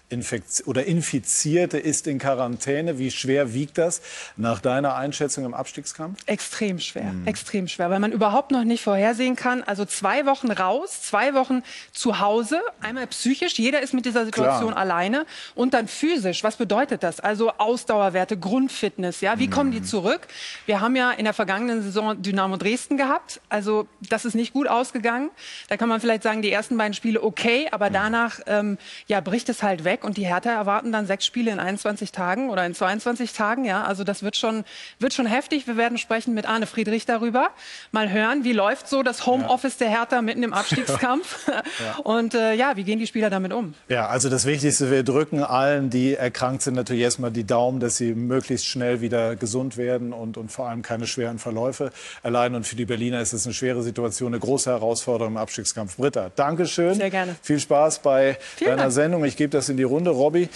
Infizierte ist in Quarantäne. Wie schwer wiegt das nach deiner Einschätzung im Abstiegskampf? Extrem schwer, extrem schwer, weil man überhaupt noch nicht vorhersehen kann. Also 2 Wochen raus, 2 Wochen zu Hause, einmal psychisch, jeder ist mit dieser Situation alleine und dann physisch. Was bedeutet das? Also Ausdauerwerte, Grundfitness, ja, wie kommen die zurück? Wir haben ja in der vergangenen Saison Dynamo Dresden gehabt, also das ist nicht gut ausgegangen. Da kann man vielleicht sagen, die ersten beiden Spiele okay, aber danach ja, bricht es halt weg. Und die Hertha erwarten dann 6 Spiele in 21 Tagen oder in 22 Tagen. Ja, also das wird schon heftig. Wir werden sprechen mit Arne Friedrich darüber. Mal hören, wie läuft so das Homeoffice der Hertha mitten im Abstiegskampf. Und ja, wie gehen die Spieler damit um? Ja, also das Wichtigste, wir drücken allen, die erkrankt sind, natürlich erstmal die Daumen, dass sie möglichst schnell wieder gesund werden und vor allem keine schweren Verläufe erleiden. Und für die Berliner ist es eine schwere Situation, eine große Herausforderung im Abstiegskampf. Britta, Dankeschön. Sehr gerne. Viel Spaß bei deiner Dank. Sendung. Ich gebe das in die Runde. Robby,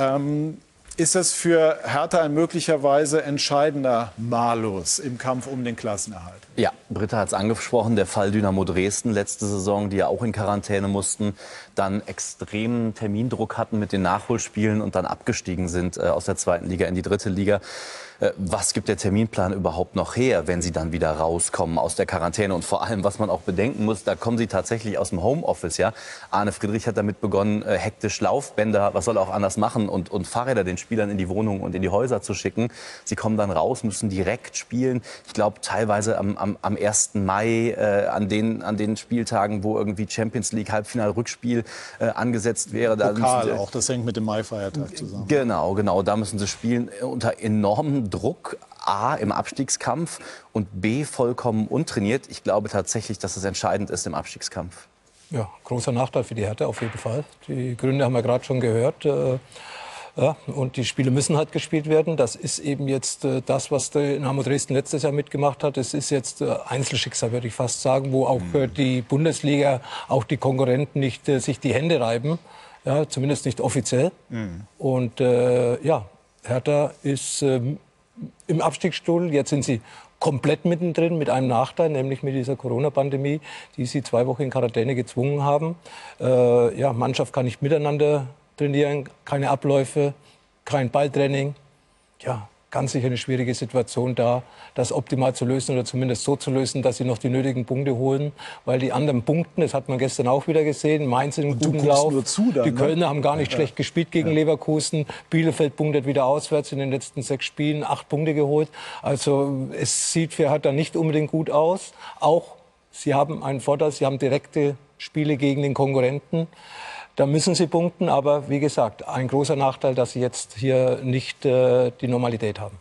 ist das für Hertha ein möglicherweise entscheidender Malus im Kampf um den Klassenerhalt? Ja, Britta hat es angesprochen, der Fall Dynamo Dresden letzte Saison, die ja auch in Quarantäne mussten, dann extremen Termindruck hatten mit den Nachholspielen und dann abgestiegen sind aus der 2. Liga in die 3. Liga. Was gibt der Terminplan überhaupt noch her, wenn sie dann wieder rauskommen aus der Quarantäne? Und vor allem, was man auch bedenken muss, da kommen sie tatsächlich aus dem Homeoffice. Ja? Arne Friedrich hat damit begonnen, hektisch Laufbänder, was soll er auch anders machen, und Fahrräder den Spielern in die Wohnungen und in die Häuser zu schicken. Sie kommen dann raus, müssen direkt spielen. Ich glaube, teilweise am 1. Mai, an den Spieltagen, wo irgendwie Champions League Halbfinal Rückspiel angesetzt wäre. Pokal auch, das hängt mit dem Mai-Feiertag zusammen. Genau, da müssen sie spielen unter enormem Druck, A, im Abstiegskampf und B, vollkommen untrainiert. Ich glaube tatsächlich, dass es entscheidend ist im Abstiegskampf. Ja, großer Nachteil für die Hertha auf jeden Fall. Die Gründe haben wir gerade schon gehört. Ja, und die Spiele müssen halt gespielt werden. Das ist eben jetzt das, was Dynamo Dresden letztes Jahr mitgemacht hat. Es ist jetzt Einzelschicksal, würde ich fast sagen, wo auch die Bundesliga, auch die Konkurrenten nicht sich die Hände reiben. Ja, zumindest nicht offiziell. Und ja, Hertha ist im Abstiegsstuhl. Jetzt sind sie komplett mittendrin mit einem Nachteil, nämlich mit dieser Corona-Pandemie, die sie 2 Wochen in Quarantäne gezwungen haben. Ja, Mannschaft kann nicht miteinander trainieren, keine Abläufe, kein Balltraining. Ja, ganz sicher eine schwierige Situation da, das optimal zu lösen oder zumindest so zu lösen, dass sie noch die nötigen Punkte holen. Weil die anderen punkten, das hat man gestern auch wieder gesehen, Mainz in einem guten Lauf. Nur zu dann, die Kölner haben gar nicht schlecht gespielt gegen Leverkusen. Bielefeld punktet wieder auswärts in den letzten 6 Spielen, 8 Punkte geholt. Also es sieht für Hertha nicht unbedingt gut aus. Auch sie haben einen Vorteil, sie haben direkte Spiele gegen den Konkurrenten. Da müssen sie punkten, aber wie gesagt, ein großer Nachteil, dass sie jetzt hier nicht die Normalität haben.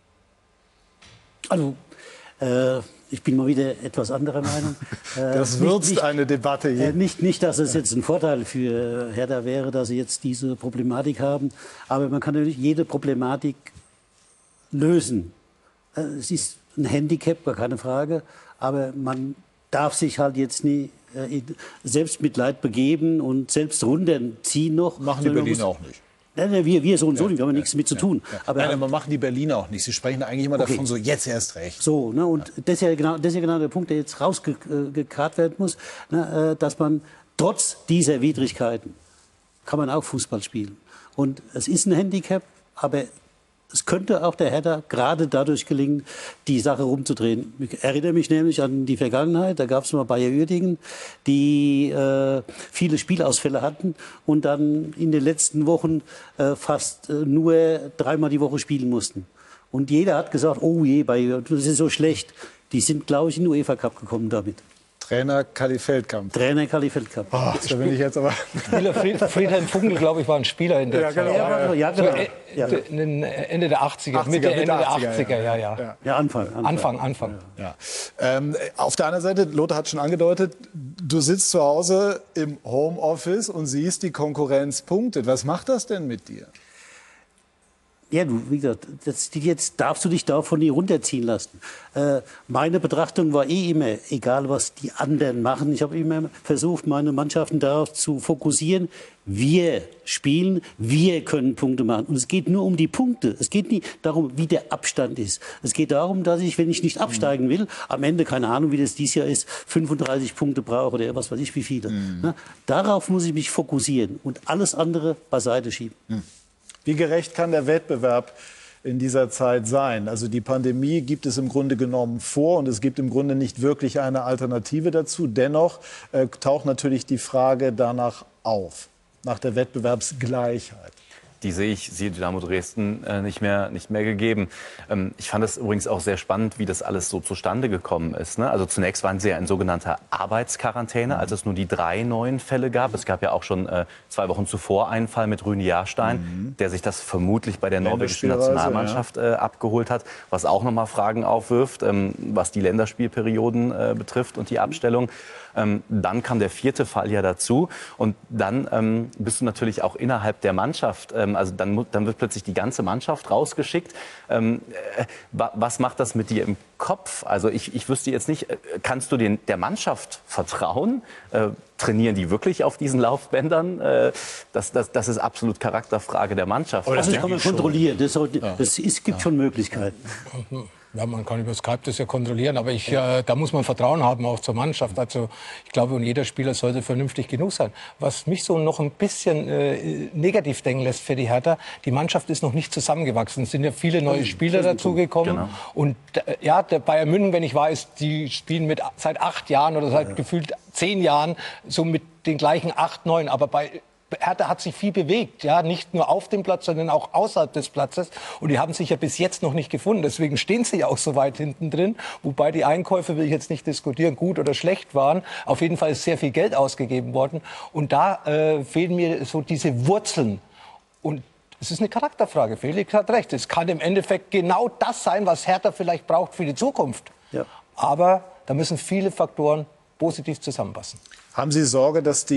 Also, ich bin mal wieder etwas anderer Meinung. Das würzt eine Debatte hier. Nicht, dass es jetzt ein Vorteil für Hertha wäre, dass sie jetzt diese Problematik haben, aber man kann natürlich jede Problematik lösen. Es ist ein Handicap, gar keine Frage, aber man darf sich halt jetzt nie Selbstmitleid begeben und selbst runterziehen noch. Machen die Berliner auch nicht. Wir so und so nicht, wir haben nichts mit zu tun. Aber aber machen die Berliner auch nicht. Sie sprechen eigentlich immer davon, so jetzt erst recht. So, ne, und das ist ja genau der Punkt, der jetzt rausgekarrt werden muss, ne, dass man trotz dieser Widrigkeiten kann man auch Fußball spielen. Und es ist ein Handicap, aber es könnte auch der Hertha gerade dadurch gelingen, die Sache rumzudrehen. Ich erinnere mich nämlich an die Vergangenheit. Da gab es mal Bayer Uerdingen, die viele Spielausfälle hatten und dann in den letzten Wochen fast nur 3-mal die Woche spielen mussten. Und jeder hat gesagt, oh je, das ist so schlecht. Die sind, glaube ich, in den UEFA Cup gekommen damit. Trainer Kalli Feldkamp. Trainer Kalli Feldkamp. Oh, da bin ich jetzt aber... Friedhelm Funkel, glaube ich, war ein Spieler in der Zeit. Ja, genau. Ende der 80er, Mitte, Ende der 80er, ja. Anfang. Ja. Auf der anderen Seite, Lothar hat schon angedeutet, du sitzt zu Hause im Homeoffice und siehst, die Konkurrenz punktet. Was macht das denn mit dir? Ja, wie gesagt, jetzt darfst du dich davon nie runterziehen lassen. Meine Betrachtung war immer, egal was die anderen machen, ich habe immer versucht, meine Mannschaften darauf zu fokussieren, wir spielen, wir können Punkte machen. Und es geht nur um die Punkte. Es geht nicht darum, wie der Abstand ist. Es geht darum, dass ich, wenn ich nicht absteigen will, am Ende, keine Ahnung, wie das dieses Jahr ist, 35 Punkte brauche oder was weiß ich, wie viele. Darauf muss ich mich fokussieren und alles andere beiseite schieben. Wie gerecht kann der Wettbewerb in dieser Zeit sein? Also die Pandemie gibt es im Grunde genommen vor und es gibt im Grunde nicht wirklich eine Alternative dazu. Dennoch taucht natürlich die Frage danach auf, nach der Wettbewerbsgleichheit. Die sehe ich, siehe Dynamo Dresden, nicht mehr gegeben. Ich fand es übrigens auch sehr spannend, wie das alles so zustande gekommen ist. Ne? Also zunächst waren sie ja in sogenannter Arbeitsquarantäne, als es nur die 3 neuen Fälle gab. Es gab ja auch schon 2 Wochen zuvor einen Fall mit Rüni Jahrstein, der sich das vermutlich bei der norwegischen Nationalmannschaft abgeholt hat. Was auch nochmal Fragen aufwirft, was die Länderspielperioden betrifft und die Abstellung. Dann kam der 4. Fall ja dazu und dann bist du natürlich auch innerhalb der Mannschaft, also dann wird plötzlich die ganze Mannschaft rausgeschickt. Was macht das mit dir im Kopf? Also ich wüsste jetzt nicht, kannst du der Mannschaft vertrauen? Trainieren die wirklich auf diesen Laufbändern? Das ist absolut Charakterfrage der Mannschaft. Aber das kann man kontrollieren. Gibt schon Möglichkeiten. Ja, man kann über Skype das ja kontrollieren, aber da muss man Vertrauen haben auch zur Mannschaft. Also ich glaube, und jeder Spieler sollte vernünftig genug sein. Was mich so noch ein bisschen negativ denken lässt für die Hertha, die Mannschaft ist noch nicht zusammengewachsen. Es sind ja viele neue Spieler dazugekommen. Genau. Und ja, der Bayern München, wenn ich weiß, die spielen seit 8 Jahren oder seit gefühlt 10 Jahren so mit den gleichen 8, 9. Aber bei Hertha hat sich viel bewegt, ja, nicht nur auf dem Platz, sondern auch außerhalb des Platzes. Und die haben sich ja bis jetzt noch nicht gefunden. Deswegen stehen sie ja auch so weit hinten drin. Wobei die Einkäufe, will ich jetzt nicht diskutieren, gut oder schlecht waren. Auf jeden Fall ist sehr viel Geld ausgegeben worden. Und da fehlen mir so diese Wurzeln. Und es ist eine Charakterfrage. Felix hat recht. Es kann im Endeffekt genau das sein, was Hertha vielleicht braucht für die Zukunft. Ja. Aber da müssen viele Faktoren positiv zusammenpassen. Haben Sie Sorge, dass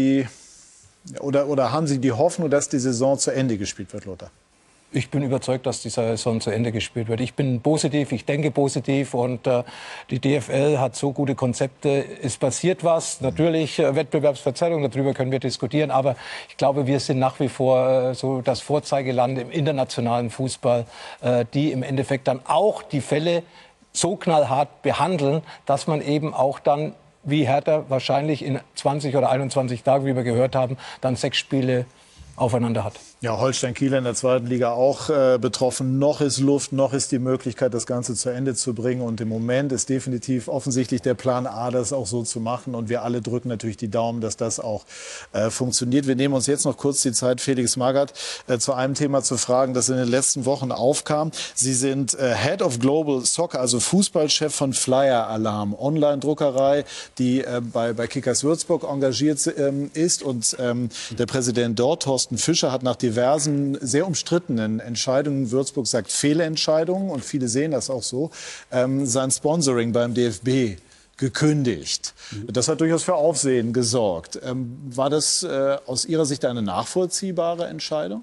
oder haben Sie die Hoffnung, dass die Saison zu Ende gespielt wird, Lothar? Ich bin überzeugt, dass die Saison zu Ende gespielt wird. Ich bin positiv, ich denke positiv und die DFL hat so gute Konzepte. Es passiert was, natürlich Wettbewerbsverzerrung, darüber können wir diskutieren, aber ich glaube, wir sind nach wie vor so das Vorzeigeland im internationalen Fußball, die im Endeffekt dann auch die Fälle so knallhart behandeln, dass man eben auch dann wie Hertha wahrscheinlich in 20 oder 21 Tagen, wie wir gehört haben, dann 6 Spiele aufeinander hat. Ja, Holstein Kiel in der 2. Liga auch betroffen. Noch ist Luft, noch ist die Möglichkeit, das Ganze zu Ende zu bringen. Und im Moment ist definitiv offensichtlich der Plan A, das auch so zu machen. Und wir alle drücken natürlich die Daumen, dass das auch funktioniert. Wir nehmen uns jetzt noch kurz die Zeit, Felix Magath, zu einem Thema zu fragen, das in den letzten Wochen aufkam. Sie sind Head of Global Soccer, also Fußballchef von Flyer Alarm, Online-Druckerei, die bei Kickers Würzburg engagiert ist. Und der Präsident dort, Thorsten Fischer, hat nach diversen, sehr umstrittenen Entscheidungen, Würzburg sagt Fehlentscheidungen, und viele sehen das auch so, sein Sponsoring beim DFB gekündigt. Das hat durchaus für Aufsehen gesorgt. War das aus Ihrer Sicht eine nachvollziehbare Entscheidung?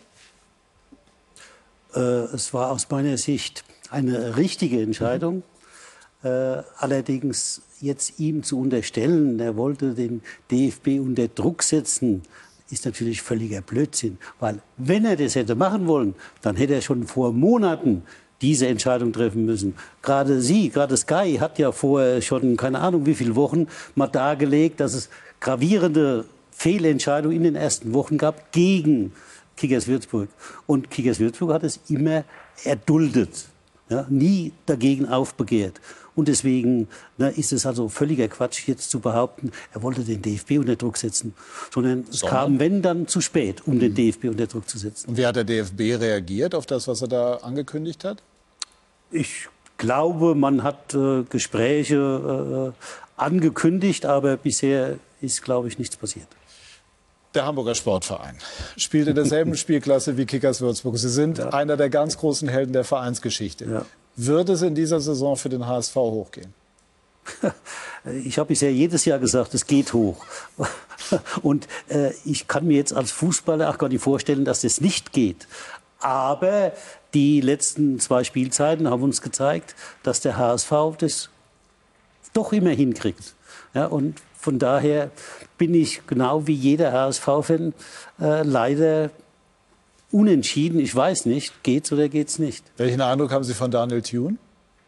Es war aus meiner Sicht eine richtige Entscheidung. Allerdings jetzt ihm zu unterstellen, er wollte den DFB unter Druck setzen, ist natürlich völliger Blödsinn. Weil wenn er das hätte machen wollen, dann hätte er schon vor Monaten diese Entscheidung treffen müssen. Gerade Sky hat ja vorher schon, keine Ahnung wie viele Wochen, mal dargelegt, dass es gravierende Fehlentscheidungen in den ersten Wochen gab gegen Kickers Würzburg. Und Kickers Würzburg hat es immer erduldet, ja, nie dagegen aufbegehrt. Und deswegen ist es also völliger Quatsch, jetzt zu behaupten, er wollte den DFB unter Druck setzen. Sondern es kam, wenn, dann zu spät, um den DFB unter Druck zu setzen. Und wie hat der DFB reagiert auf das, was er da angekündigt hat? Ich glaube, man hat Gespräche angekündigt, aber bisher ist, glaube ich, nichts passiert. Der Hamburger Sportverein spielt in derselben Spielklasse wie Kickers Würzburg. Sie sind einer der ganz großen Helden der Vereinsgeschichte. Ja. Würde es in dieser Saison für den HSV hochgehen? Ich habe bisher jedes Jahr gesagt, es geht hoch. Und ich kann mir jetzt als Fußballer auch gar nicht vorstellen, dass das nicht geht. Aber die letzten 2 Spielzeiten haben uns gezeigt, dass der HSV das doch immer hinkriegt. Ja, und von daher bin ich genau wie jeder HSV-Fan leider unentschieden. Ich weiß nicht, geht's oder geht's nicht. Welchen Eindruck haben Sie von Daniel Thune?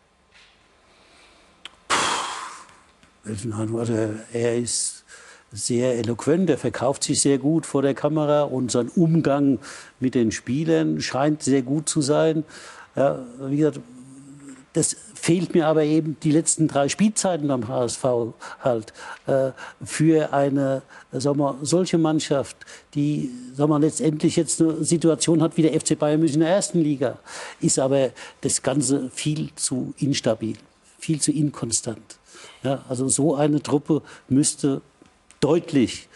Welchen Eindruck? Also, er ist sehr eloquent, er verkauft sich sehr gut vor der Kamera und sein Umgang mit den Spielern scheint sehr gut zu sein. Ja, wie gesagt, das fehlt mir aber eben die letzten 3 Spielzeiten beim HSV halt für eine, sagen wir, solche Mannschaft, die, sagen wir, letztendlich jetzt eine Situation hat wie der FC Bayern München in der 1. Liga, ist aber das Ganze viel zu instabil, viel zu inkonstant. Ja, also so eine Truppe müsste deutlich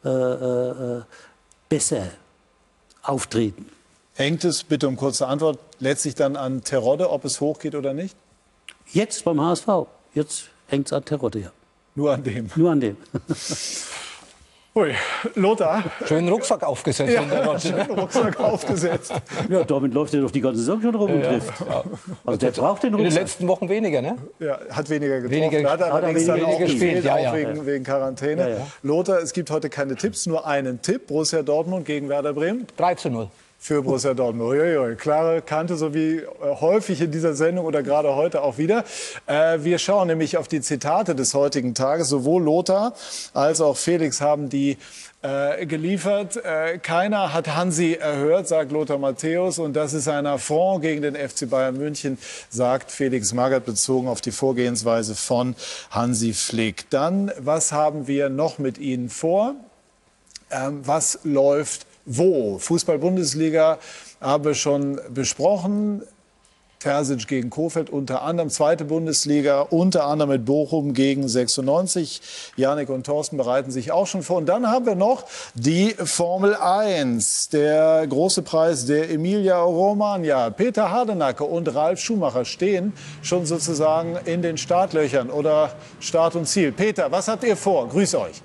besser auftreten. Hängt es, bitte um kurze Antwort, letztlich dann an Terodde, ob es hochgeht oder nicht? Jetzt beim HSV, jetzt hängt es an Terodde, ja. Nur an dem? Nur an dem. Ui, Lothar. Schönen Rucksack aufgesetzt. Ja, schönen Rucksack aufgesetzt. Ja, damit läuft er doch die ganze Saison schon rum und trifft. Ja. Also der braucht den Rucksack. In den letzten Wochen weniger, ne? Ja, hat weniger getroffen. Hat allerdings dann auch gespielt, wegen Quarantäne. Ja. Lothar, es gibt heute keine Tipps, nur einen Tipp. Borussia Dortmund gegen Werder Bremen. 3:0. Für Borussia Dortmund. Uiuiui. Klare Kante, so wie häufig in dieser Sendung oder gerade heute auch wieder. Wir schauen nämlich auf die Zitate des heutigen Tages. Sowohl Lothar als auch Felix haben die geliefert. Keiner hat Hansi erhört, sagt Lothar Matthäus. Und das ist ein Affront gegen den FC Bayern München, sagt Felix Magath, bezogen auf die Vorgehensweise von Hansi Flick. Dann, was haben wir noch mit Ihnen vor? Was läuft wo? Fußball-Bundesliga haben wir schon besprochen. Terzic gegen Kohfeldt unter anderem. 2. Bundesliga unter anderem mit Bochum gegen 96. Janik und Thorsten bereiten sich auch schon vor. Und dann haben wir noch die Formel 1. Der große Preis der Emilia-Romagna. Peter Hardenacke und Ralf Schumacher stehen schon sozusagen in den Startlöchern oder Start und Ziel. Peter, was habt ihr vor? Grüß euch.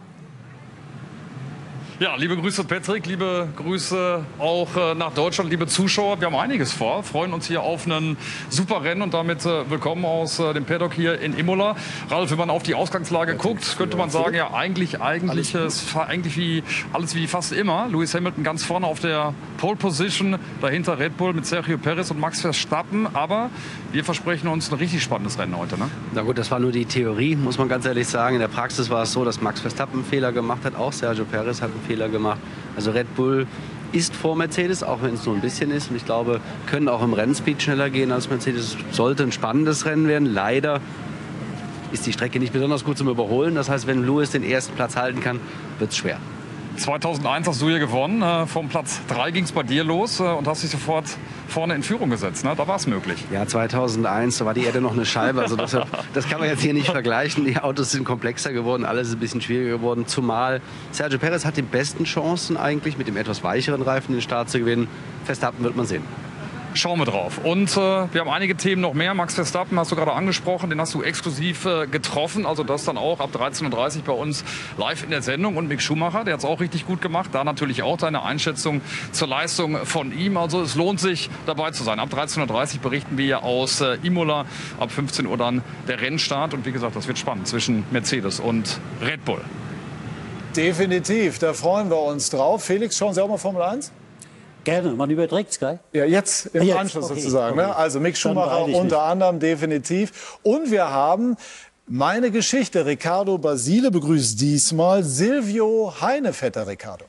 Ja, liebe Grüße Patrick, liebe Grüße auch nach Deutschland, liebe Zuschauer. Wir haben einiges vor, freuen uns hier auf einen super Rennen und damit willkommen aus dem Paddock hier in Imola. Ralf, wenn man auf die Ausgangslage guckt, könnte man sagen, ja eigentlich wie alles wie fast immer. Lewis Hamilton ganz vorne auf der Pole Position, dahinter Red Bull mit Sergio Perez und Max Verstappen. Aber wir versprechen uns ein richtig spannendes Rennen heute, ne? Na gut, das war nur die Theorie, muss man ganz ehrlich sagen. In der Praxis war es so, dass Max Verstappen einen Fehler gemacht hat, auch Sergio Perez hat einen Fehler gemacht. Also Red Bull ist vor Mercedes, auch wenn es nur ein bisschen ist. Und ich glaube, können auch im Rennspeed schneller gehen als Mercedes. Sollte ein spannendes Rennen werden. Leider ist die Strecke nicht besonders gut zum Überholen. Das heißt, wenn Lewis den ersten Platz halten kann, wird es schwer. 2001 hast du hier gewonnen. Vom Platz 3 ging es bei dir los und hast dich sofort vorne in Führung gesetzt. Ne? Da war es möglich. Ja, 2001, da war die Erde noch eine Scheibe. Also das kann man jetzt hier nicht vergleichen. Die Autos sind komplexer geworden, alles ist ein bisschen schwieriger geworden. Zumal Sergio Perez hat die besten Chancen eigentlich, mit dem etwas weicheren Reifen den Start zu gewinnen. Verstappen wird man sehen. Schauen wir drauf. Und wir haben einige Themen noch mehr. Max Verstappen hast du gerade angesprochen, den hast du exklusiv getroffen. Also das dann auch ab 13:30 Uhr bei uns live in der Sendung. Und Mick Schumacher, der hat es auch richtig gut gemacht. Da natürlich auch deine Einschätzung zur Leistung von ihm. Also es lohnt sich, dabei zu sein. Ab 13:30 Uhr berichten wir ja aus Imola. Ab 15 Uhr dann der Rennstart. Und wie gesagt, das wird spannend zwischen Mercedes und Red Bull. Definitiv, da freuen wir uns drauf. Felix, schauen Sie auch mal Formel 1? Gerne, man überträgt es, gell? Ja, jetzt im Anschluss sozusagen. Ne? Also Mick Schumacher unter anderem, definitiv. Und wir haben meine Geschichte. Riccardo Basile begrüßt diesmal Silvio Heinevetter. Riccardo.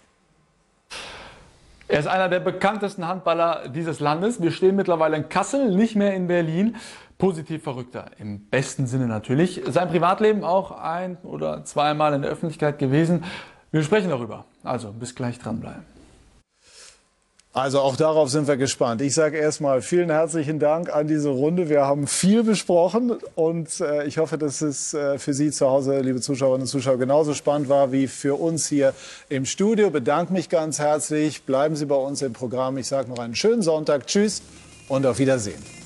Er ist einer der bekanntesten Handballer dieses Landes. Wir stehen mittlerweile in Kassel, nicht mehr in Berlin. Positiv Verrückter, im besten Sinne natürlich. Sein Privatleben auch 1- oder zweimal in der Öffentlichkeit gewesen. Wir sprechen darüber. Also bis gleich dranbleiben. Also auch darauf sind wir gespannt. Ich sage erstmal vielen herzlichen Dank an diese Runde. Wir haben viel besprochen und ich hoffe, dass es für Sie zu Hause, liebe Zuschauerinnen und Zuschauer, genauso spannend war wie für uns hier im Studio. Bedanke mich ganz herzlich. Bleiben Sie bei uns im Programm. Ich sage noch einen schönen Sonntag. Tschüss und auf Wiedersehen.